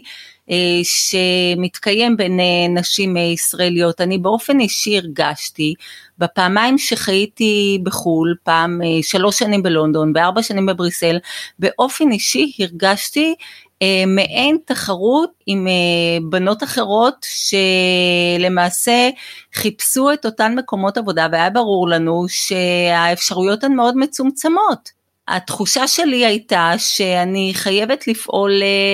שמתקיים בין נשים ישראליות. אני באופן אישי הרגשתי, בפעמיים שחייתי בחול, פעם שלוש שנים בלונדון, וארבע שנים בבריסל, באופן אישי הרגשתי מעין תחרות עם בנות אחרות, שלמעשה חיפשו את אותן מקומות עבודה, והיה ברור לנו שהאפשרויות הן מאוד מצומצמות. התחושה שלי הייתה שאני חייבת לפעול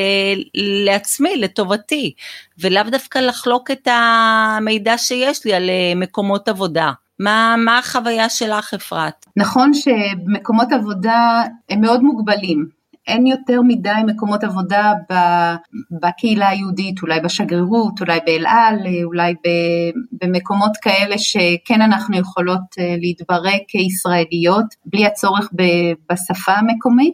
לעצמי, לטובתי, ולאו דווקא לחלוק את המידע שיש לי על מקומות עבודה. מה, מה החוויה שלך, אפרת? נכון שמקומות עבודה הם מאוד מוגבלים. אין יותר מדי מקומות עבודה בקהילה היהודית, אולי בשגרירות, אולי באל-על, אולי במקומות כאלה שכן אנחנו יכולות להתברק כישראליות, בלי הצורך בשפה המקומית.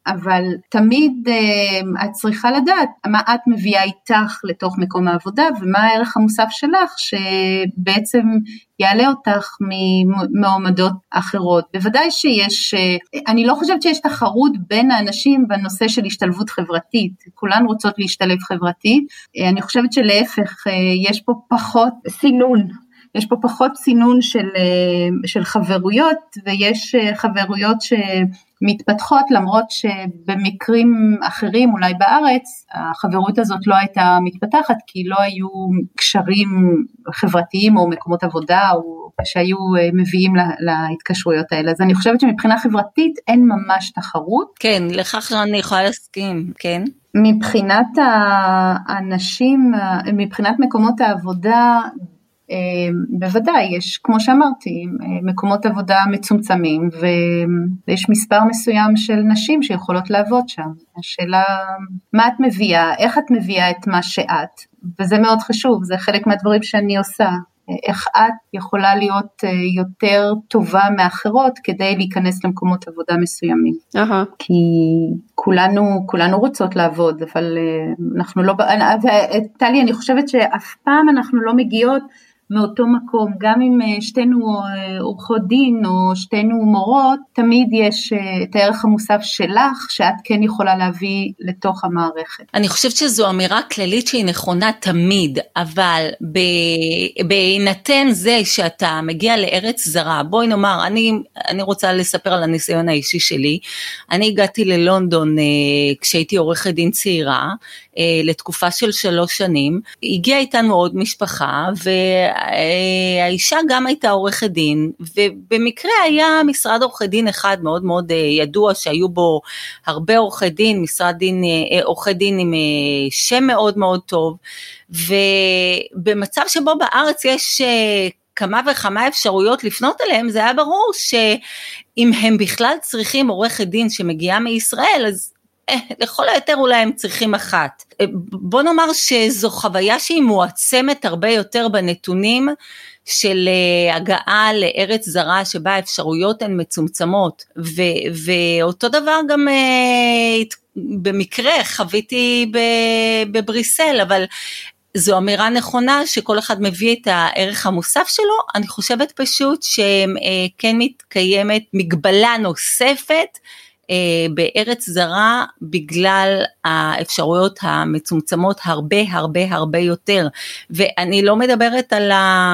אבל תמיד את צריכה לדעת מה את מביאה איתך לתוך מקום העבודה, ומה הערך המוסף שלך, שבעצם יעלה אותך ממעומדות אחרות. בוודאי שיש, אני לא חושבת שיש תחרות בין האנשים בנושא של השתלבות חברתית, כולן רוצות להשתלב חברתית, אני חושבת שלהפך, יש פה פחות סינון, יש פה פחות סינון של, של חברויות, ויש חברויות שמתפתחות, למרות שבמקרים אחרים, אולי בארץ, החברות הזאת לא הייתה מתפתחת, כי לא היו קשרים חברתיים או מקומות עבודה, או שהיו מביאים להתקשרויות האלה. אז אני חושבת שמבחינה חברתית אין ממש תחרות. כן, לכך אני יכולה להסכים, כן. מבחינת האנשים, מבחינת מקומות העבודה, בוודאי, יש, כמו שאמרתי, מקומות עבודה מצומצמים, ויש מספר מסוים של נשים שיכולות לעבוד שם. השאלה, מה את מביאה, איך את מביאה את מה שאת, וזה מאוד חשוב, זה חלק מהדברים שאני עושה, איך את יכולה להיות יותר טובה מאחרות, כדי להיכנס למקומות עבודה מסוימים. Uh-huh. כי כולנו, כולנו רוצות לעבוד, אבל אנחנו לא, טלי, אני חושבת שאף פעם אנחנו לא מגיעות, מאותו מקום, גם אם שתינו עורכות דין או שתינו מורות, תמיד יש את הערך המוסף שלך, שאת כן יכולה להביא לתוך המערכת. אני חושבת שזו אמירה כללית שהיא נכונה תמיד, אבל בהינתן זה שאתה מגיע לארץ זרה, בואי נאמר, אני, אני רוצה לספר על הניסיון האישי שלי, אני הגעתי ללונדון כשהייתי עורכת דין צעירה, לתקופה של שלוש שנים, הגיעה איתנו עוד משפחה, והאישה גם הייתה עורכת דין, ובמקרה היה משרד עורכי דין אחד מאוד מאוד ידוע, שהיו בו הרבה עורכי דין, משרד דין, עורכי דין עם שם מאוד מאוד טוב, ובמצב שבו בארץ יש כמה וכמה אפשרויות לפנות אליהם, זה היה ברור שאם הם בכלל צריכים עורכת דין שמגיעה מישראל, אז לכל היותר אולי הם צריכים אחת. בוא נאמר שזו חוויה שהיא מועצמת הרבה יותר בנתונים של הגעה לארץ זרה שבה האפשרויות הן מצומצמות, ו- ואותו דבר גם במקרה חוויתי בבריסל, אבל זו אמירה נכונה שכל אחד מביא את הערך המוסף שלו, אני חושבת פשוט שכן מתקיימת מגבלה נוספת, בארץ זרה בגלל האפשרויות המצומצמות הרבה הרבה הרבה יותר, ואני לא מדברת על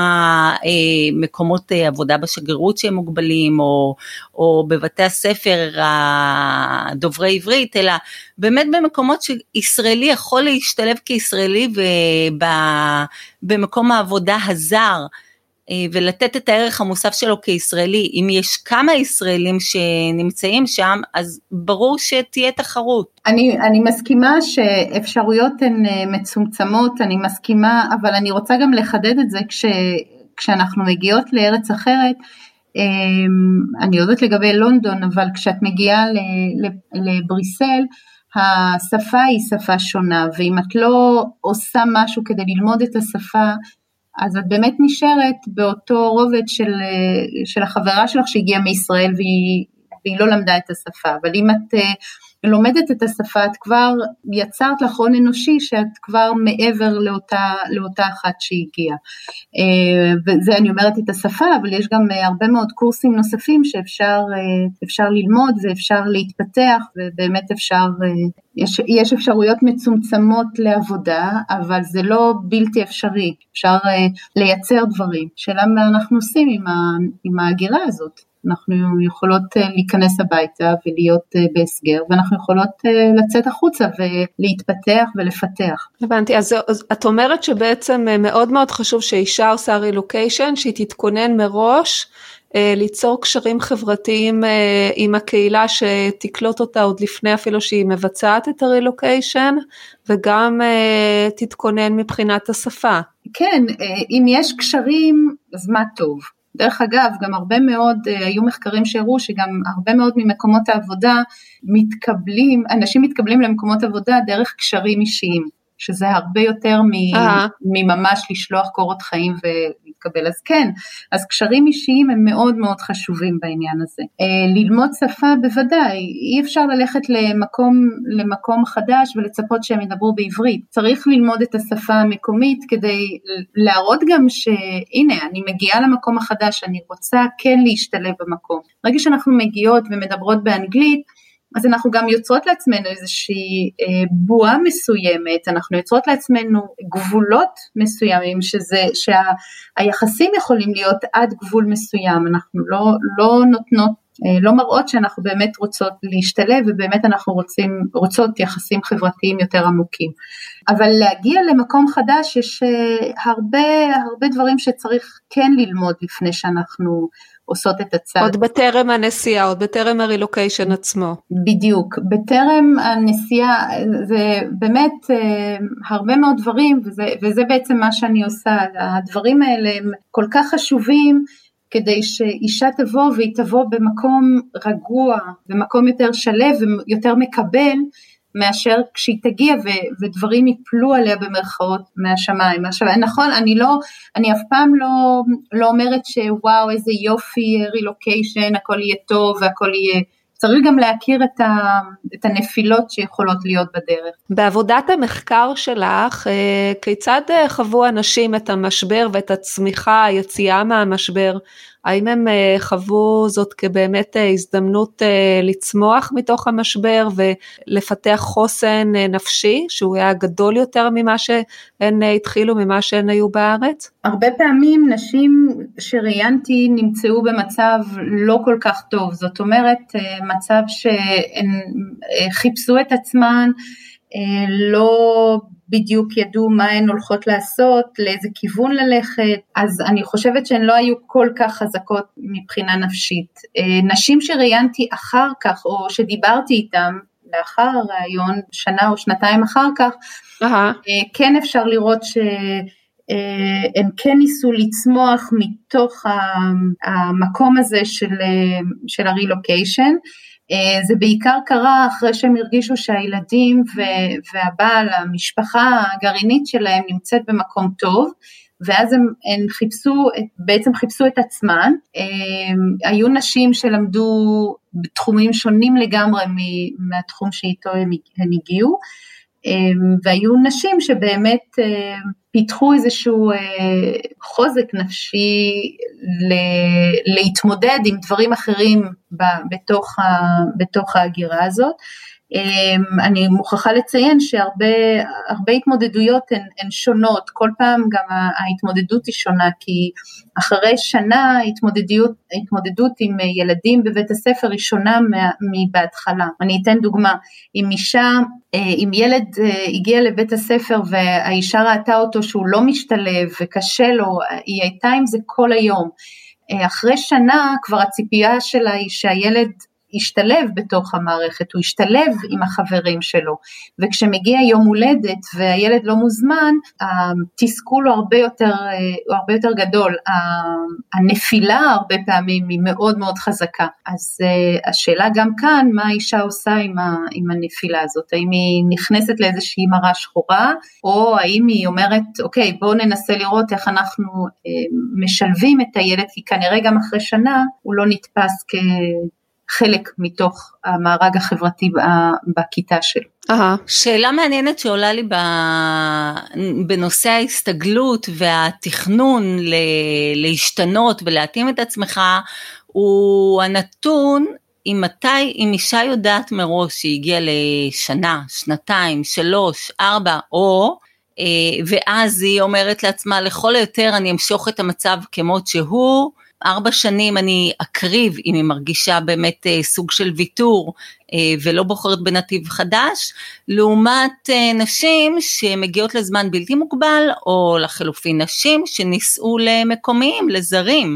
המקומות עבודה בשגרירות שהם מוגבלים, או, או בבתי הספר הדוברי עברית, אלא באמת במקומות שישראלי יכול להשתלב כישראלי, ובמקום העבודה הזר, ולתת את הערך המוסף שלו כישראלי. אם יש כמה ישראלים שנמצאים שם, אז ברור שתהיה תחרות. אני, אני מסכימה שאפשרויות הן מצומצמות, אני מסכימה, אבל אני רוצה גם לחדד את זה, כש, כשאנחנו מגיעות לארץ אחרת, אני יודעת לגבי לונדון, אבל כשאת מגיעה לבריסל, השפה היא שפה שונה, ואם את לא עושה משהו כדי ללמוד את השפה, אז את באמת נשארת באותו רובד של, של החברה שלך שהגיעה מישראל, והיא, והיא לא למדה את השפה, אבל אם את לומדת את השפה, את כבר יצרת לך הון אנושי, שאת כבר מעבר לאותה, לאותה אחת שהגיעה, וזה אני אומרת את השפה, אבל יש גם הרבה מאוד קורסים נוספים, שאפשר אפשר ללמוד, ואפשר להתפתח, ובאמת אפשר, יש, יש אפשרויות מצומצמות לעבודה, אבל זה לא בלתי אפשרי, אפשר לייצר דברים, שאלה מה אנחנו עושים עם, ה, עם ההגירה הזאת, אנחנו יכולות להיכנס הביתה ולהיות בהסגר, ואנחנו יכולות לצאת החוצה ולהתפתח ולפתח. הבנתי, אז, אז את אומרת שבעצם מאוד מאוד חשוב שאישה עושה רילוקיישן, שהיא תתכונן מראש, ליצור קשרים חברתיים עם הקהילה שתקלוט אותה עוד לפני אפילו שהיא מבצעת את הרילוקיישן, וגם תתכונן מבחינת השפה. כן, אם יש קשרים, אז מה טוב. דרך אגב, גם הרבה מאוד, היו מחקרים שהראו שגם הרבה מאוד ממקומות העבודה מתקבלים, אנשים מתקבלים למקומות עבודה דרך קשרים אישיים, שזה הרבה יותר מממש לשלוח קורות חיים להתקבל, אז כן, אז קשרים אישיים הם מאוד מאוד חשובים בעניין הזה. ללמוד שפה בוודאי, אי אפשר ללכת למקום, למקום חדש ולצפות שהם ידברו בעברית, צריך ללמוד את השפה המקומית כדי להראות גם שהנה אני מגיעה למקום החדש, אני רוצה כן להשתלב במקום. רגע שאנחנו מגיעות ומדברות באנגלית, אז אנחנו גם יוצרות לעצמנו איזושהי אה, בועה מסוימת, אנחנו יוצרות לעצמנו גבולות מסוימים, שזה, שהיחסים יכולים להיות עד גבול מסוים, אנחנו לא, לא נותנות, אה, לא מראות שאנחנו באמת רוצות להשתלב, ובאמת אנחנו רוצים, רוצות יחסים חברתיים יותר עמוקים. אבל להגיע למקום חדש, יש אה, הרבה, הרבה דברים שצריך כן ללמוד לפני שאנחנו עושות את הצד. עוד בטרם הנסיעה, עוד בטרם הרילוקיישן עצמו. בדיוק, בטרם הנסיעה, זה באמת הרבה מאוד דברים, וזה, וזה בעצם מה שאני עושה, הדברים האלה הם כל כך חשובים, כדי שאישה תבוא, והיא תבוא במקום רגוע, במקום יותר שלב, ויותר מקבל, מאשר כשהיא תגיע ו- ודברים יפלו עליה במרכאות מהשמיים. עכשיו, נכון, אני לא, אני אף פעם לא, לא אומרת שוואו, איזה יופי, רילוקיישן, הכל יהיה טוב והכל יהיה, צריך גם להכיר את, ה, את הנפילות שיכולות להיות בדרך. בעבודת המחקר שלך, כיצד חוו אנשים את המשבר ואת הצמיחה, היציאה מהמשבר? האם הם חוו זאת כבאמת הזדמנות לצמוח מתוך המשבר ולפתח חוסן נפשי, שהוא היה גדול יותר ממה שהן התחילו, ממה שהן היו בארץ? הרבה פעמים נשים שראיינתי נמצאו במצב לא כל כך טוב, זאת אומרת מצב שהן חיפשו את עצמן, לא בדיוק ידעו מה הן הולכות לעשות, לאיזה כיוון ללכת, אז אני חושבת שהן לא היו כל כך חזקות מבחינה נפשית. נשים שראיינתי אחר כך, או שדיברתי איתם, לאחר הרעיון, שנה או שנתיים אחר כך, uh-huh. כן אפשר לראות שהן כן ניסו לצמוח מתוך המקום הזה של, של הרילוקיישן, זה בעיקר קרה אחרי שהם הרגישו שהילדים והבעל, המשפחה הגרעינית שלהם נמצאת במקום טוב, ואז הם, הם חיפשו, בעצם חיפשו את עצמן, היו נשים שלמדו בתחומים שונים לגמרי מהתחום שאיתו הם, הם הגיעו, והיו נשים שבאמת פיתחו איזשהו חוזק נפשי להתמודד עם דברים אחרים בתוך, בתוך ההגירה הזאת. אני מוכרחה לציין שהרבה הרבה התמודדויות הן, הן שונות, כל פעם גם ההתמודדות היא שונה, כי אחרי שנה התמודדות, התמודדות עם ילדים בבית הספר היא שונה מבהתחלה. אני אתן דוגמה, אם אישה, אם ילד הגיע לבית הספר והאישה ראתה אותו שהוא לא משתלב וקשה לו, היא הייתה עם זה כל היום. אחרי שנה כבר הציפייה שלה היא שהילד ישתלב בתוך המערכת, הוא ישתלב עם החברים שלו, וכשמגיע יום הולדת והילד לא מוזמן, התסכול הוא הרבה יותר, הוא הרבה יותר גדול, הנפילה הרבה פעמים היא מאוד מאוד חזקה, אז השאלה גם כאן, מה האישה עושה עם, ה, עם הנפילה הזאת, האם היא נכנסת לאיזושהי מראה שחורה, או האם היא אומרת, אוקיי, בואו ננסה לראות איך אנחנו משלבים את הילד, כי כנראה גם אחרי שנה, הוא לא נתפס כ... חלק מתוך המארג החברתי בכיתה שלו. Aha. שאלה מעניינת שעולה לי בנושא ההסתגלות והתכנון להשתנות ולהתאים את עצמך, הוא הנתון, אם מתי, אם אישה יודעת מראש שהיא הגיעה לשנה, שנתיים, שלוש, ארבע, או, ואז היא אומרת לעצמה, לכל היותר אני אמשוך את המצב כמות שהוא, ארבע שנים אני אקריב אם היא מרגישה באמת סוג של ויתור ולא בוחרת בנתיב חדש, לעומת נשים שמגיעות לזמן בלתי מוגבל, או לחלופין נשים שניסעו למקומיים, לזרים.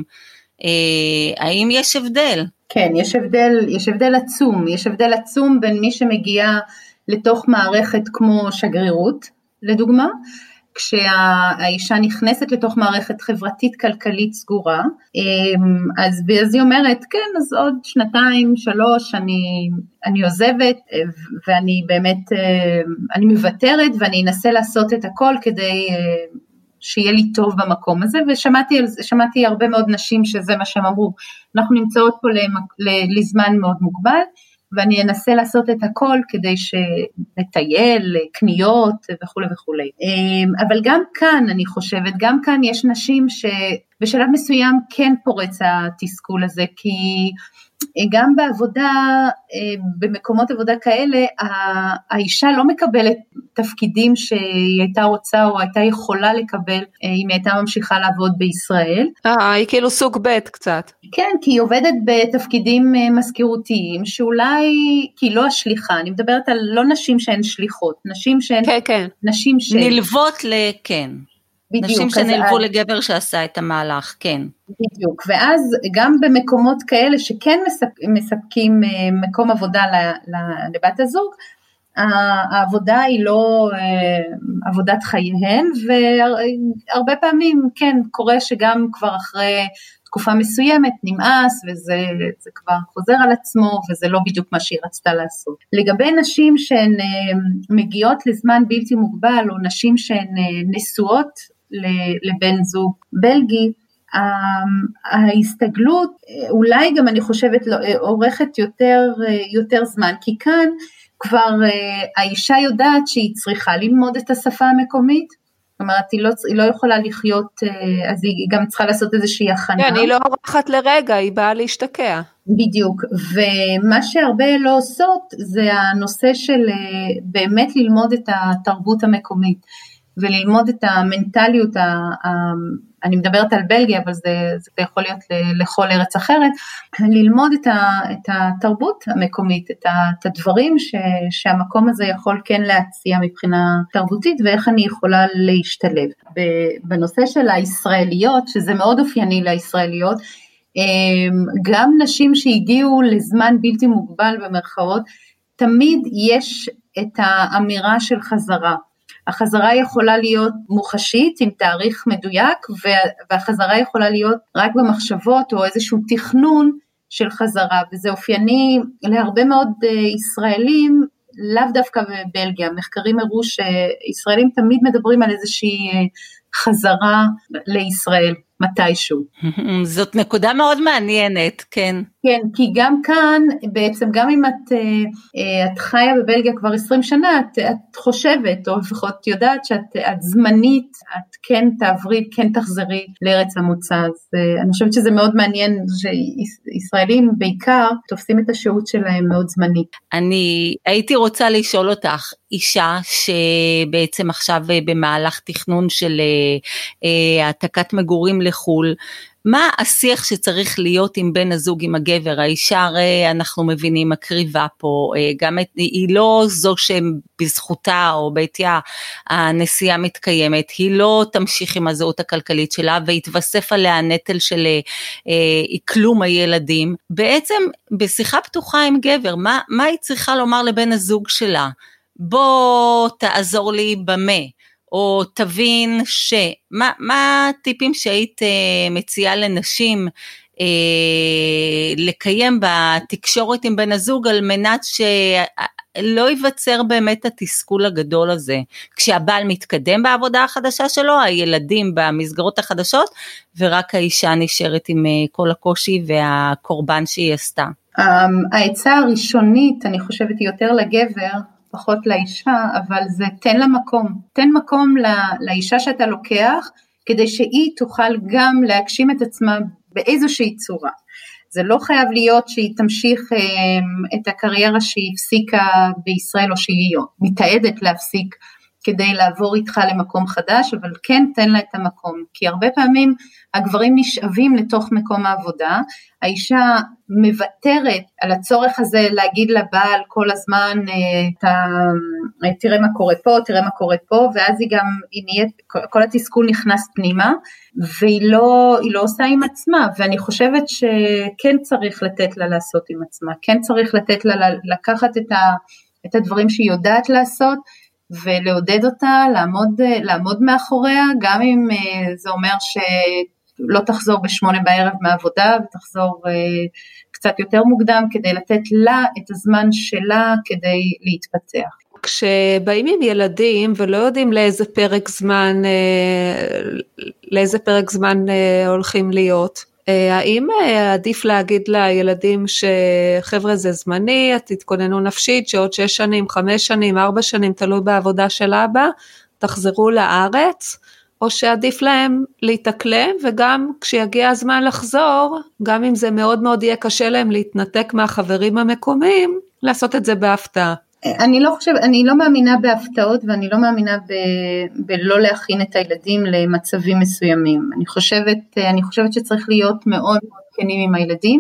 האם יש הבדל? כן, יש הבדל, יש הבדל עצום, יש הבדל עצום בין מי שמגיעה לתוך מערכת כמו שגרירות, לדוגמה, כשהאישה נכנסת לתוך מערכת חברתית כלכלית סגורה, אז, אז היא אומרת, כן, אז עוד שנתיים, שלוש, אני, אני עוזבת, ואני באמת, אני מבטרת, ואני אנסה לעשות את הכל כדי שיהיה לי טוב במקום הזה, ושמעתי שמעתי הרבה מאוד נשים שזה מה שהם אמרו, אנחנו נמצאות פה לזמן מאוד מוגבל, ואני אנסה לעשות את הכל כדי שנטייל, קניות וכו' וכו'. אבל גם כאן אני חושבת, גם כאן יש נשים שבשלב מסוים כן פורץ התסכול הזה, כי גם בעבודה, במקומות עבודה כאלה, האישה לא מקבלת תפקידים שהיא הייתה רוצה או הייתה יכולה לקבל אם היא הייתה ממשיכה לעבוד בישראל. אה, היא כאילו סוג ב' קצת. כן, כי היא עובדת בתפקידים מזכירותיים, שאולי, כי היא לא השליחה, אני מדברת על לא נשים שהן שליחות, נשים שהן, כן, כן. נשים ש... נלוות לכן. בדיוק. נשים שנלוו לגבר שעשה את המהלך, כן. בדיוק, ואז גם במקומות כאלה שכן מספ... מספקים מקום עבודה לבת הזוג, העבודה היא לא עבודת חייהן, והרבה פעמים כן קורה שגם כבר אחרי תקופה מסוימת נמאס, וזה זה כבר חוזר על עצמו, וזה לא בדיוק מה שהיא רצתה לעשות. לגבי נשים שהן מגיעות לזמן בלתי מוגבל, או נשים שהן נשואות לבן זוג בלגי, ההסתגלות אולי גם אני חושבת עורכת יותר, יותר זמן, כי כאן כבר האישה יודעת שהיא צריכה ללמוד את השפה המקומית, זאת אומרת, היא לא, היא לא יכולה לחיות, אז היא גם צריכה לעשות איזושהי הכנה. כן, היא לא עורכת לרגע, היא באה להשתקע. בדיוק, ומה שהרבה לא עושות, זה הנושא של באמת ללמוד את התרבות המקומית, וללמוד את המנטליות, אני מדברת על בלגיה, אבל זה, זה יכול להיות לכל ארץ אחרת, ללמוד את, ה, את התרבות המקומית, את, ה, את הדברים ש, שהמקום הזה יכול כן להציע מבחינה תרבותית, ואיך אני יכולה להשתלב. בנושא של הישראליות, שזה מאוד אופייני לישראליות, גם נשים שהגיעו לזמן בלתי מוגבל במרכאות, תמיד יש את האמירה של חזרה, החזרה יכולה להיות מוחשית עם תאריך מדויק, והחזרה יכולה להיות רק במחשבות או איזשהו תכנון של חזרה, וזה אופייני להרבה מאוד ישראלים, לאו דווקא בבלגיה, מחקרים הראו שישראלים תמיד מדברים על איזושהי חזרה לישראל, מתישהו. זאת נקודה מאוד מעניינת, כן. כן, כי גם כאן, בעצם גם אם את, את חיה בבלגיה כבר עשרים שנה, את, את חושבת, או לפחות יודעת שאת את זמנית, את כן תעברי, כן תחזרי לארץ המוצא, אז אני חושבת שזה מאוד מעניין, שישראלים בעיקר תופסים את השהות שלהם מאוד זמנית. אני הייתי רוצה לשאול אותך, אישה שבעצם עכשיו במהלך תכנון של העתקת מגורים לחול, מה השיח שצריך להיות עם בן הזוג, עם הגבר? האישה הרי אנחנו מבינים מקריבה פה, גם את, היא לא זו שבזכותה או בעתיה הנסיעה מתקיימת, היא לא תמשיך עם הזהות הכלכלית שלה, והתווסף עליה נטל של כלום הילדים. בעצם בשיחה פתוחה עם גבר, מה, מה היא צריכה לומר לבן הזוג שלה? בוא תעזור לי במה, או תבין ש... מה, מה הטיפים שהיית אה, מציעה לנשים אה, לקיים בתקשורת עם בן הזוג, על מנת שלא ייווצר באמת התסכול הגדול הזה, כשהבעל מתקדם בעבודה החדשה שלו, הילדים במסגרות החדשות, ורק האישה נשארת עם אה, כל הקושי והקורבן שהיא עשתה. העצה הראשונית, אני חושבת, היא יותר לגבר, פחות לאישה, אבל זה תן לה מקום, תן מקום לא, לאישה שאתה לוקח, כדי שהיא תוכל גם להגשים את עצמה באיזושהי צורה. זה לא חייב להיות שהיא תמשיך אה, את הקריירה שהיא הפסיקה בישראל, או שהיא מתעדת להפסיק, כדי לעבור איתך למקום חדש, אבל כן תן לה את המקום, כי הרבה פעמים הגברים נשאבים לתוך מקום העבודה, האישה מוותרת על הצורך הזה להגיד לבעל כל הזמן, תראה מה קורה פה, תראה מה קורה פה, ואז היא גם, היא נהיית, כל התסכול נכנס פנימה, והיא לא, היא לא עושה עם עצמה, ואני חושבת שכן צריך לתת לה לעשות עם עצמה, כן צריך לתת לה לקחת את, ה, את הדברים שהיא יודעת לעשות, ולעודד אותה, לעמוד, לעמוד מאחוריה, גם אם זה אומר שלא תחזור בשמונה בערב מהעבודה, ותחזור קצת יותר מוקדם, כדי לתת לה את הזמן שלה, כדי להתפתח. כשבאים עם ילדים ולא יודעים לאיזה פרק זמן, לאיזה פרק זמן הולכים להיות, האם עדיף להגיד לילדים שחבר'ה זה זמני, תתכוננו נפשית, שעוד שש שנים, חמש שנים, ארבע שנים, תלוי בעבודה של אבא, תחזרו לארץ, או שעדיף להם להתאקלם, וגם כשיגיע הזמן לחזור, גם אם זה מאוד מאוד יהיה קשה להם להתנתק מהחברים המקומיים, לעשות את זה בהפתעה. אני לא חושב, אני לא מאמינה בהפתעות, ואני לא מאמינה ב, בלא להכין את הילדים למצבים מסוימים. אני חושבת, אני חושבת שצריך להיות מאוד מאוד כנים עם הילדים.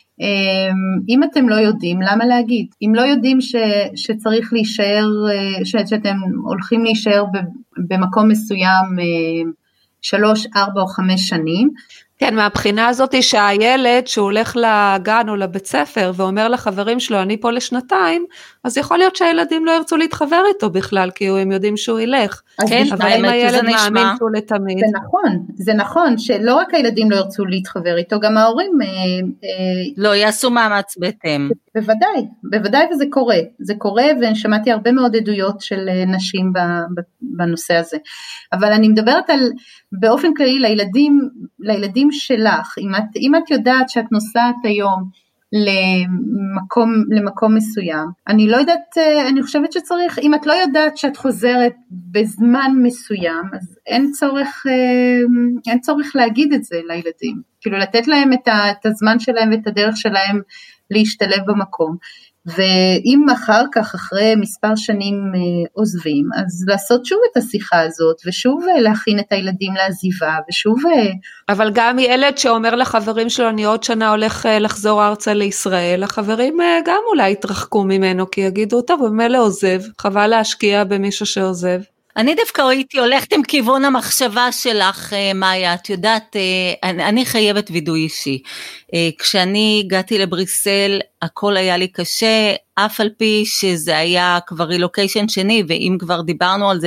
אם אתם לא יודעים, למה להגיד? אם לא יודעים ש, שצריך להישאר, ש, שאתם הולכים להישאר במקום מסוים שלוש, ארבע או חמש שנים, כן, מהבחינה הזאת היא שהילד שהוא הולך לגן או לבית ספר ואומר לחברים שלו אני פה לשנתיים, אז יכול להיות שהילדים לא ירצו להתחבר איתו בכלל, כי הם יודעים שהוא ילך. כן, אבל אם הילד מאמין שהוא לתמיד. זה נכון, זה נכון, שלא רק הילדים לא ירצו להתחבר איתו, גם ההורים לא יעשו מאמץ בהתאם. בוודאי, בוודאי וזה קורה, זה קורה ושמעתי הרבה מאוד עדויות של נשים בנושא הזה. אבל אני מדברת על, באופן כללי לילדים, לילדים שלך, אם את, אם את יודעת שאת נוסעת היום למקום, למקום מסוים, אני לא יודעת, אני חושבת שצריך, אם את לא יודעת שאת חוזרת בזמן מסוים, אז אין צורך, אין צורך להגיד את זה לילדים, כאילו לתת להם את, ה, את הזמן שלהם ואת הדרך שלהם להשתלב במקום. ואם אחר כך, אחרי מספר שנים עוזבים, אז לעשות שוב את השיחה הזאת, ושוב להכין את הילדים לעזיבה, ושוב... אבל גם ילד שאומר לחברים שלו, אני עוד שנה הולך לחזור ארצה לישראל, החברים גם אולי יתרחקו ממנו, כי יגידו, טוב, במילא עוזב, חבל להשקיע במישהו שעוזב. אני דווקא הייתי הולכת עם כיוון המחשבה שלך, מאיה, את יודעת, אני, אני חייבת וידוי אישי. כשאני הגעתי לבריסל, הכל היה לי קשה, אף על פי שזה היה כבר רילוקיישן שני, ואם כבר דיברנו על זה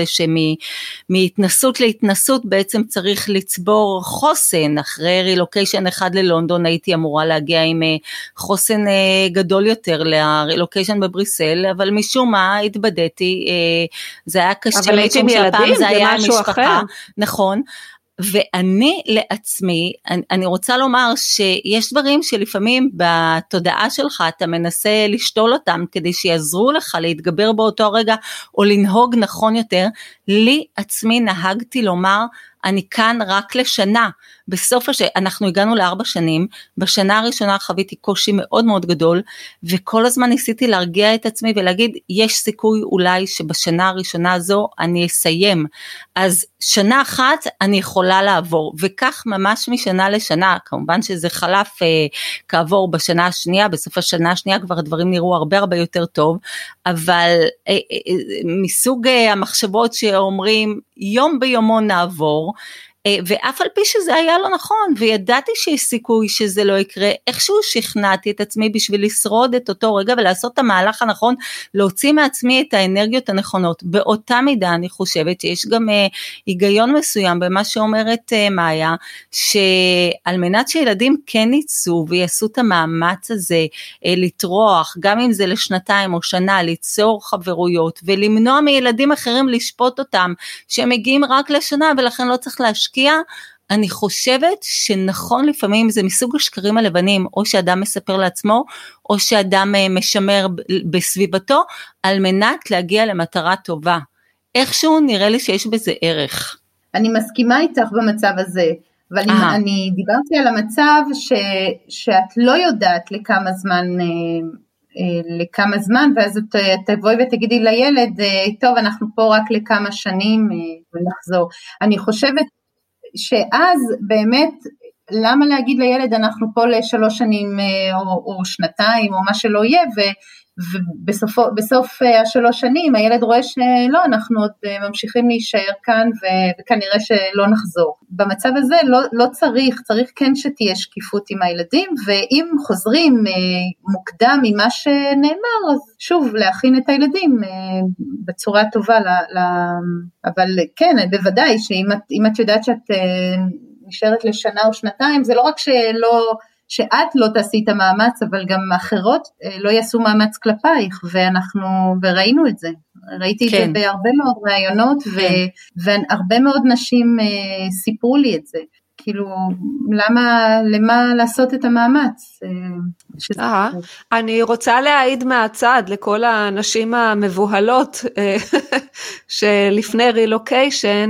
שמהתנסות להתנסות בעצם צריך לצבור חוסן, אחרי רילוקיישן אחד ללונדון הייתי אמורה להגיע עם חוסן גדול יותר לרילוקיישן בבריסל, אבל משום מה התבדתי, זה היה קשה, אבל הייתי עם ילדים, זה משהו אחר. נכון. ואני לעצמי, אני, אני רוצה לומר שיש דברים שלפעמים בתודעה שלך אתה מנסה לשתול אותם כדי שיעזרו לך להתגבר באותו רגע או לנהוג נכון יותר. לי עצמי נהגתי לומר אני כאן רק לשנה, בסוף השנה, אנחנו הגענו לארבע שנים, בשנה הראשונה חוויתי קושי מאוד מאוד גדול, וכל הזמן ניסיתי להרגיע את עצמי ולהגיד, יש סיכוי אולי שבשנה הראשונה הזו אני אסיים, אז שנה אחת אני יכולה לעבור, וכך ממש משנה לשנה, כמובן שזה חלף אה, כעבור בשנה השנייה, בסוף השנה השנייה כבר הדברים נראו הרבה הרבה יותר טוב, אבל אה, אה, מסוג אה, המחשבות שאומרים, יום ביומו נעבור, ואף על פי שזה היה לא נכון, וידעתי שיש סיכוי שזה לא יקרה, איכשהו שכנעתי את עצמי בשביל לשרוד את אותו רגע, ולעשות את המהלך הנכון, להוציא מעצמי את האנרגיות הנכונות. באותה מידה אני חושבת שיש גם אה, היגיון מסוים במה שאומרת אה, מאיה, שעל מנת שילדים כן יצאו ויעשו את המאמץ הזה, אה, לטרוח, גם אם זה לשנתיים או שנה, ליצור חברויות, ולמנוע מילדים אחרים לשפוט אותם, שהם מגיעים רק לשנה, ולכן לא צריך להשקיע, אני חושבת שנכון לפעמים זה מסוג השקרים הלבנים, או שאדם מספר לעצמו, או שאדם משמר בסביבתו, על מנת להגיע למטרה טובה. איכשהו נראה לי שיש בזה ערך. אני מסכימה איתך במצב הזה, אבל אם אני דיברתי על המצב ש, שאת לא יודעת לכמה זמן, לכמה זמן, ואז את תבואי ותגידי לילד, טוב אנחנו פה רק לכמה שנים ונחזור. אני חושבת שאז באמת, למה להגיד לילד, אנחנו פה לשלוש שנים או, או שנתיים, או מה שלא יהיה, ו, ובסוף בסוף השלוש שנים, הילד רואה שלא, אנחנו עוד ממשיכים להישאר כאן, ו, וכנראה שלא נחזור. במצב הזה לא, לא צריך, צריך כן שתהיה שקיפות עם הילדים, ואם חוזרים מוקדם ממה שנאמר, אז שוב, להכין את הילדים בצורה טובה, ל, ל, אבל כן, בוודאי, שאם את, אם את יודעת שאת נשארת לשנה או שנתיים, זה לא רק שלא, שאת לא תעשי את המאמץ, אבל גם אחרות לא יעשו מאמץ כלפייך, ואנחנו, וראינו את זה. ראיתי כן. את זה בהרבה מאוד רעיונות, כן. ו- והרבה מאוד נשים uh, סיפרו לי את זה, כאילו, למה, למה לעשות את המאמץ? אה, אני רוצה להעיד מהצד לכל האנשים המבוהלות שלפני רילוקיישן,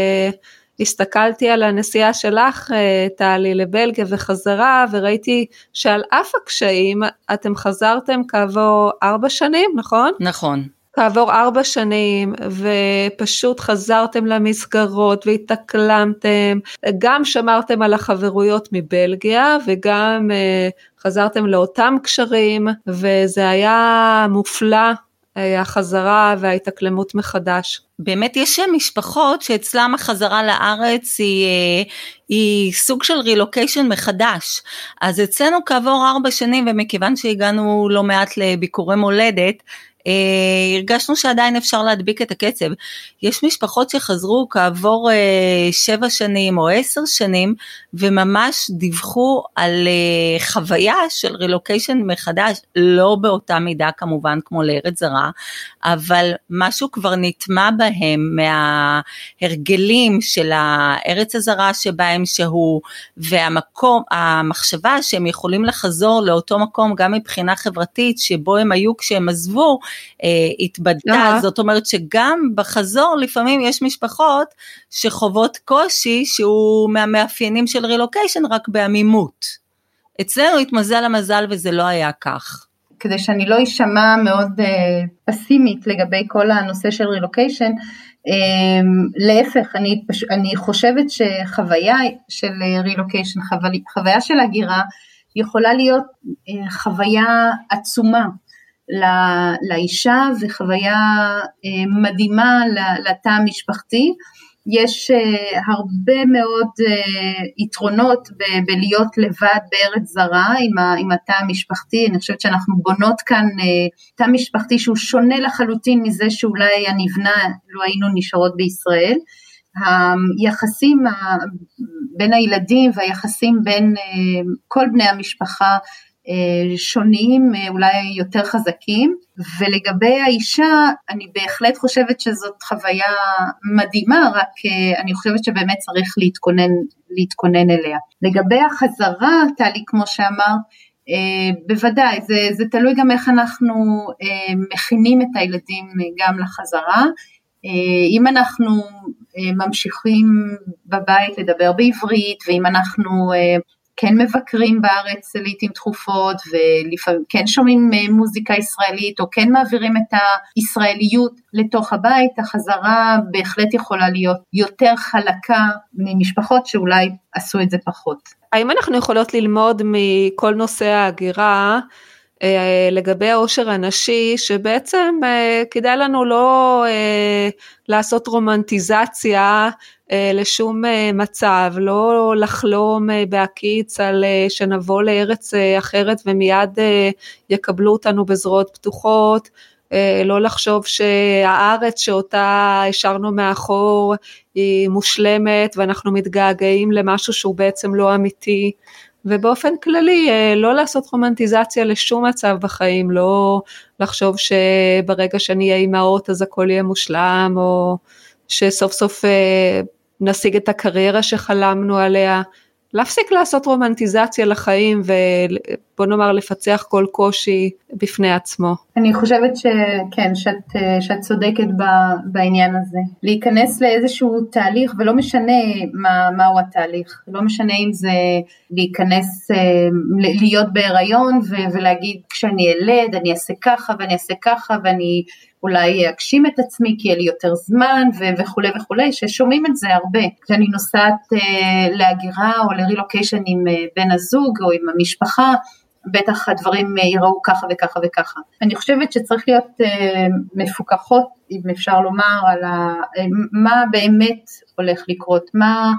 שהסתכלתי על הנסיעה שלך, תעלי לבלגיה וחזרה, וראיתי שעל אף הקשיים, אתם חזרתם כעבור ארבע שנים, נכון? נכון. כעבור ארבע שנים, ופשוט חזרתם למסגרות, והתאקלמתם, גם שמרתם על החברויות מבלגיה, וגם uh, חזרתם לאותם קשרים, וזה היה מופלא, החזרה וההתאקלמות מחדש. באמת יש משפחות שאצלם החזרה לארץ היא, היא סוג של רילוקיישן מחדש, אז אצלנו כעבור ארבע שנים, ומכיוון שהגענו לא מעט לביקורי מולדת, Uh, הרגשנו שעדיין אפשר להדביק את הקצב. יש משפחות שחזרו כעבור uh, שבע שנים או עשר שנים, וממש דיווחו על uh, חוויה של רילוקיישן מחדש, לא באותה מידה כמובן כמו לארץ זרה, אבל משהו כבר נטמע בהם מההרגלים של הארץ הזרה שבהם שהוא, והמקום, המחשבה שהם יכולים לחזור לאותו מקום גם מבחינה חברתית שבו הם היו כשהם עזבו, התבדלה, uh-huh. זאת אומרת שגם בחזור לפעמים יש משפחות שחוות קושי שהוא מהמאפיינים של רילוקיישן רק בעמימות. אצלנו התמזל המזל וזה לא היה כך. כדי שאני לא אשמע מאוד uh, פסימית לגבי כל הנושא של רילוקיישן, um, להפך, אני, אני חושבת שחוויה של רילוקיישן, חוויה, חוויה של הגירה, יכולה להיות uh, חוויה עצומה, לאישה, וחוויה מדהימה לתא המשפחתי. יש הרבה מאוד יתרונות בלהיות לבד בארץ זרה עם התא המשפחתי. אני חושבת שאנחנו בונות כאן תא משפחתי שהוא שונה לחלוטין מזה שאולי היה נבנה לא היינו נשארות בישראל. היחסים בין הילדים והיחסים בין כל בני המשפחה שונים, אולי יותר חזקים, ולגבי האישה, אני בהחלט חושבת שזאת חוויה מדהימה, רק אני חושבת שבאמת צריך להתכונן, להתכונן אליה. לגבי החזרה, תעלי כמו שאמר, בוודאי, זה, זה תלוי גם איך אנחנו מכינים את הילדים גם לחזרה, אם אנחנו ממשיכים בבית לדבר בעברית, ואם אנחנו כן מבקרים בארץ לעתים תכופות, וכן שומעים מוזיקה ישראלית, או כן מעבירים את הישראליות לתוך הבית, החזרה בהחלט יכולה להיות יותר חלקה ממשפחות שאולי עשו את זה פחות. האם אנחנו יכולות ללמוד מכל נושא ההגירה, לגבי העושר הנשי, שבעצם כדאי לנו לא לעשות רומנטיזציה לשום מצב, לא לחלום בהקיץ על שנבוא לארץ אחרת ומיד יקבלו אותנו בזרועות פתוחות, לא לחשוב שהארץ שאותה השארנו מאחור היא מושלמת ואנחנו מתגעגעים למשהו שהוא בעצם לא אמיתי, ובאופן כללי לא לעשות רומנטיזציה לשום מצב בחיים, לא לחשוב שברגע שאני אהיה אימהות אז הכל יהיה מושלם, או שסוף סוף נשיג את הקריירה שחלמנו עליה, להפסיק לעשות רומנטיזציה לחיים, ובוא נאמר לפצח כל קושי בפני עצמו. אני חושבת שכן, שאת, שאת צודקת בעניין הזה. להיכנס לאיזשהו תהליך, ולא משנה מה, מהו התהליך, לא משנה אם זה להיכנס, להיות בהיריון, ולהגיד כשאני ילד, אני אעשה ככה, ואני אעשה ככה, ואני אולי אגשים את עצמי, כי יהיה לי יותר זמן, וכו' וכו', ששומעים את זה הרבה. כשאני נוסעת להגירה, או לרילוקיישן עם בן הזוג, או עם המשפחה, בטח הדברים ייראו ככה וככה וככה. אני חושבת שצריך להיות מפוקחות, אם אפשר לומר, על מה באמת הולך לקרות, מה,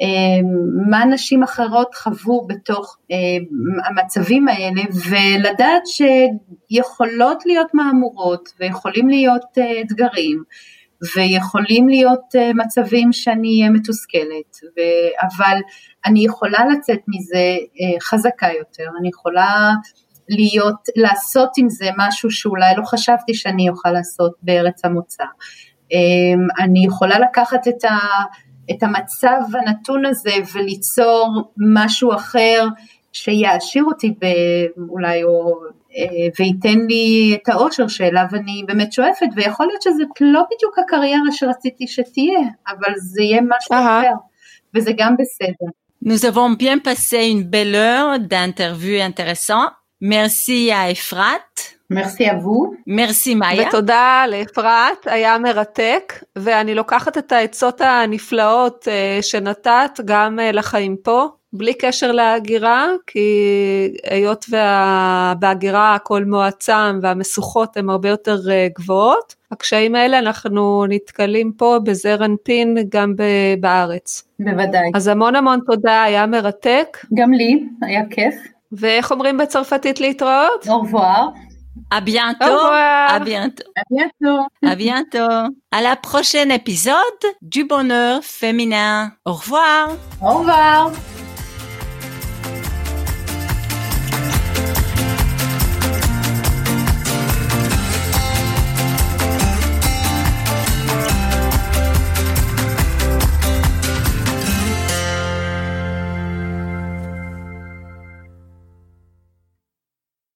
מה נשים אחרות חוו בתוך המצבים האלה, ולדעת שיכולות להיות מאמורות, ויכולים להיות אתגרים, ויכולים להיות מצבים שאני מתוסכלת, אבל אני יכולה לצאת מזה חזקה יותר, אני יכולה להיות, לעשות עם זה משהו שאולי לא חשבתי שאני אוכל לעשות בארץ המוצא. אני יכולה לקחת את, ה, את המצב הנתון הזה וליצור משהו אחר שיעשיר אותי אולי או וייתן לי את האושר שאליו אני באמת שואפת, ויכול להיות שזאת לא בדיוק הקריירה שרציתי שתהיה, אבל זה יהיה משהו אחר, וזה גם בסדר. Nous avons bien passé une belle heure d'interview intéressant. Merci à Efrat. Merci à vous. Merci מאיה. ותודה לאפרת, היה מרתק, ואני לוקחת את העצות הנפלאות שנתת גם לחיים פה, בלי קשר להגירה, כי היות ובהגירה הכל מועצם והמשוכות הן הרבה יותר גבוהות, הקשיים האלה אנחנו נתקלים פה בזר אנפין גם בארץ. בוודאי. אז המון המון תודה, היה מרתק. גם לי, היה כיף. ואיך אומרים בצרפתית להתראות? au revoir. À bientôt. Au revoir. À bientôt. À bientôt. À bientôt. À la prochaine épisode du bonheur féminin. Au revoir. Au revoir.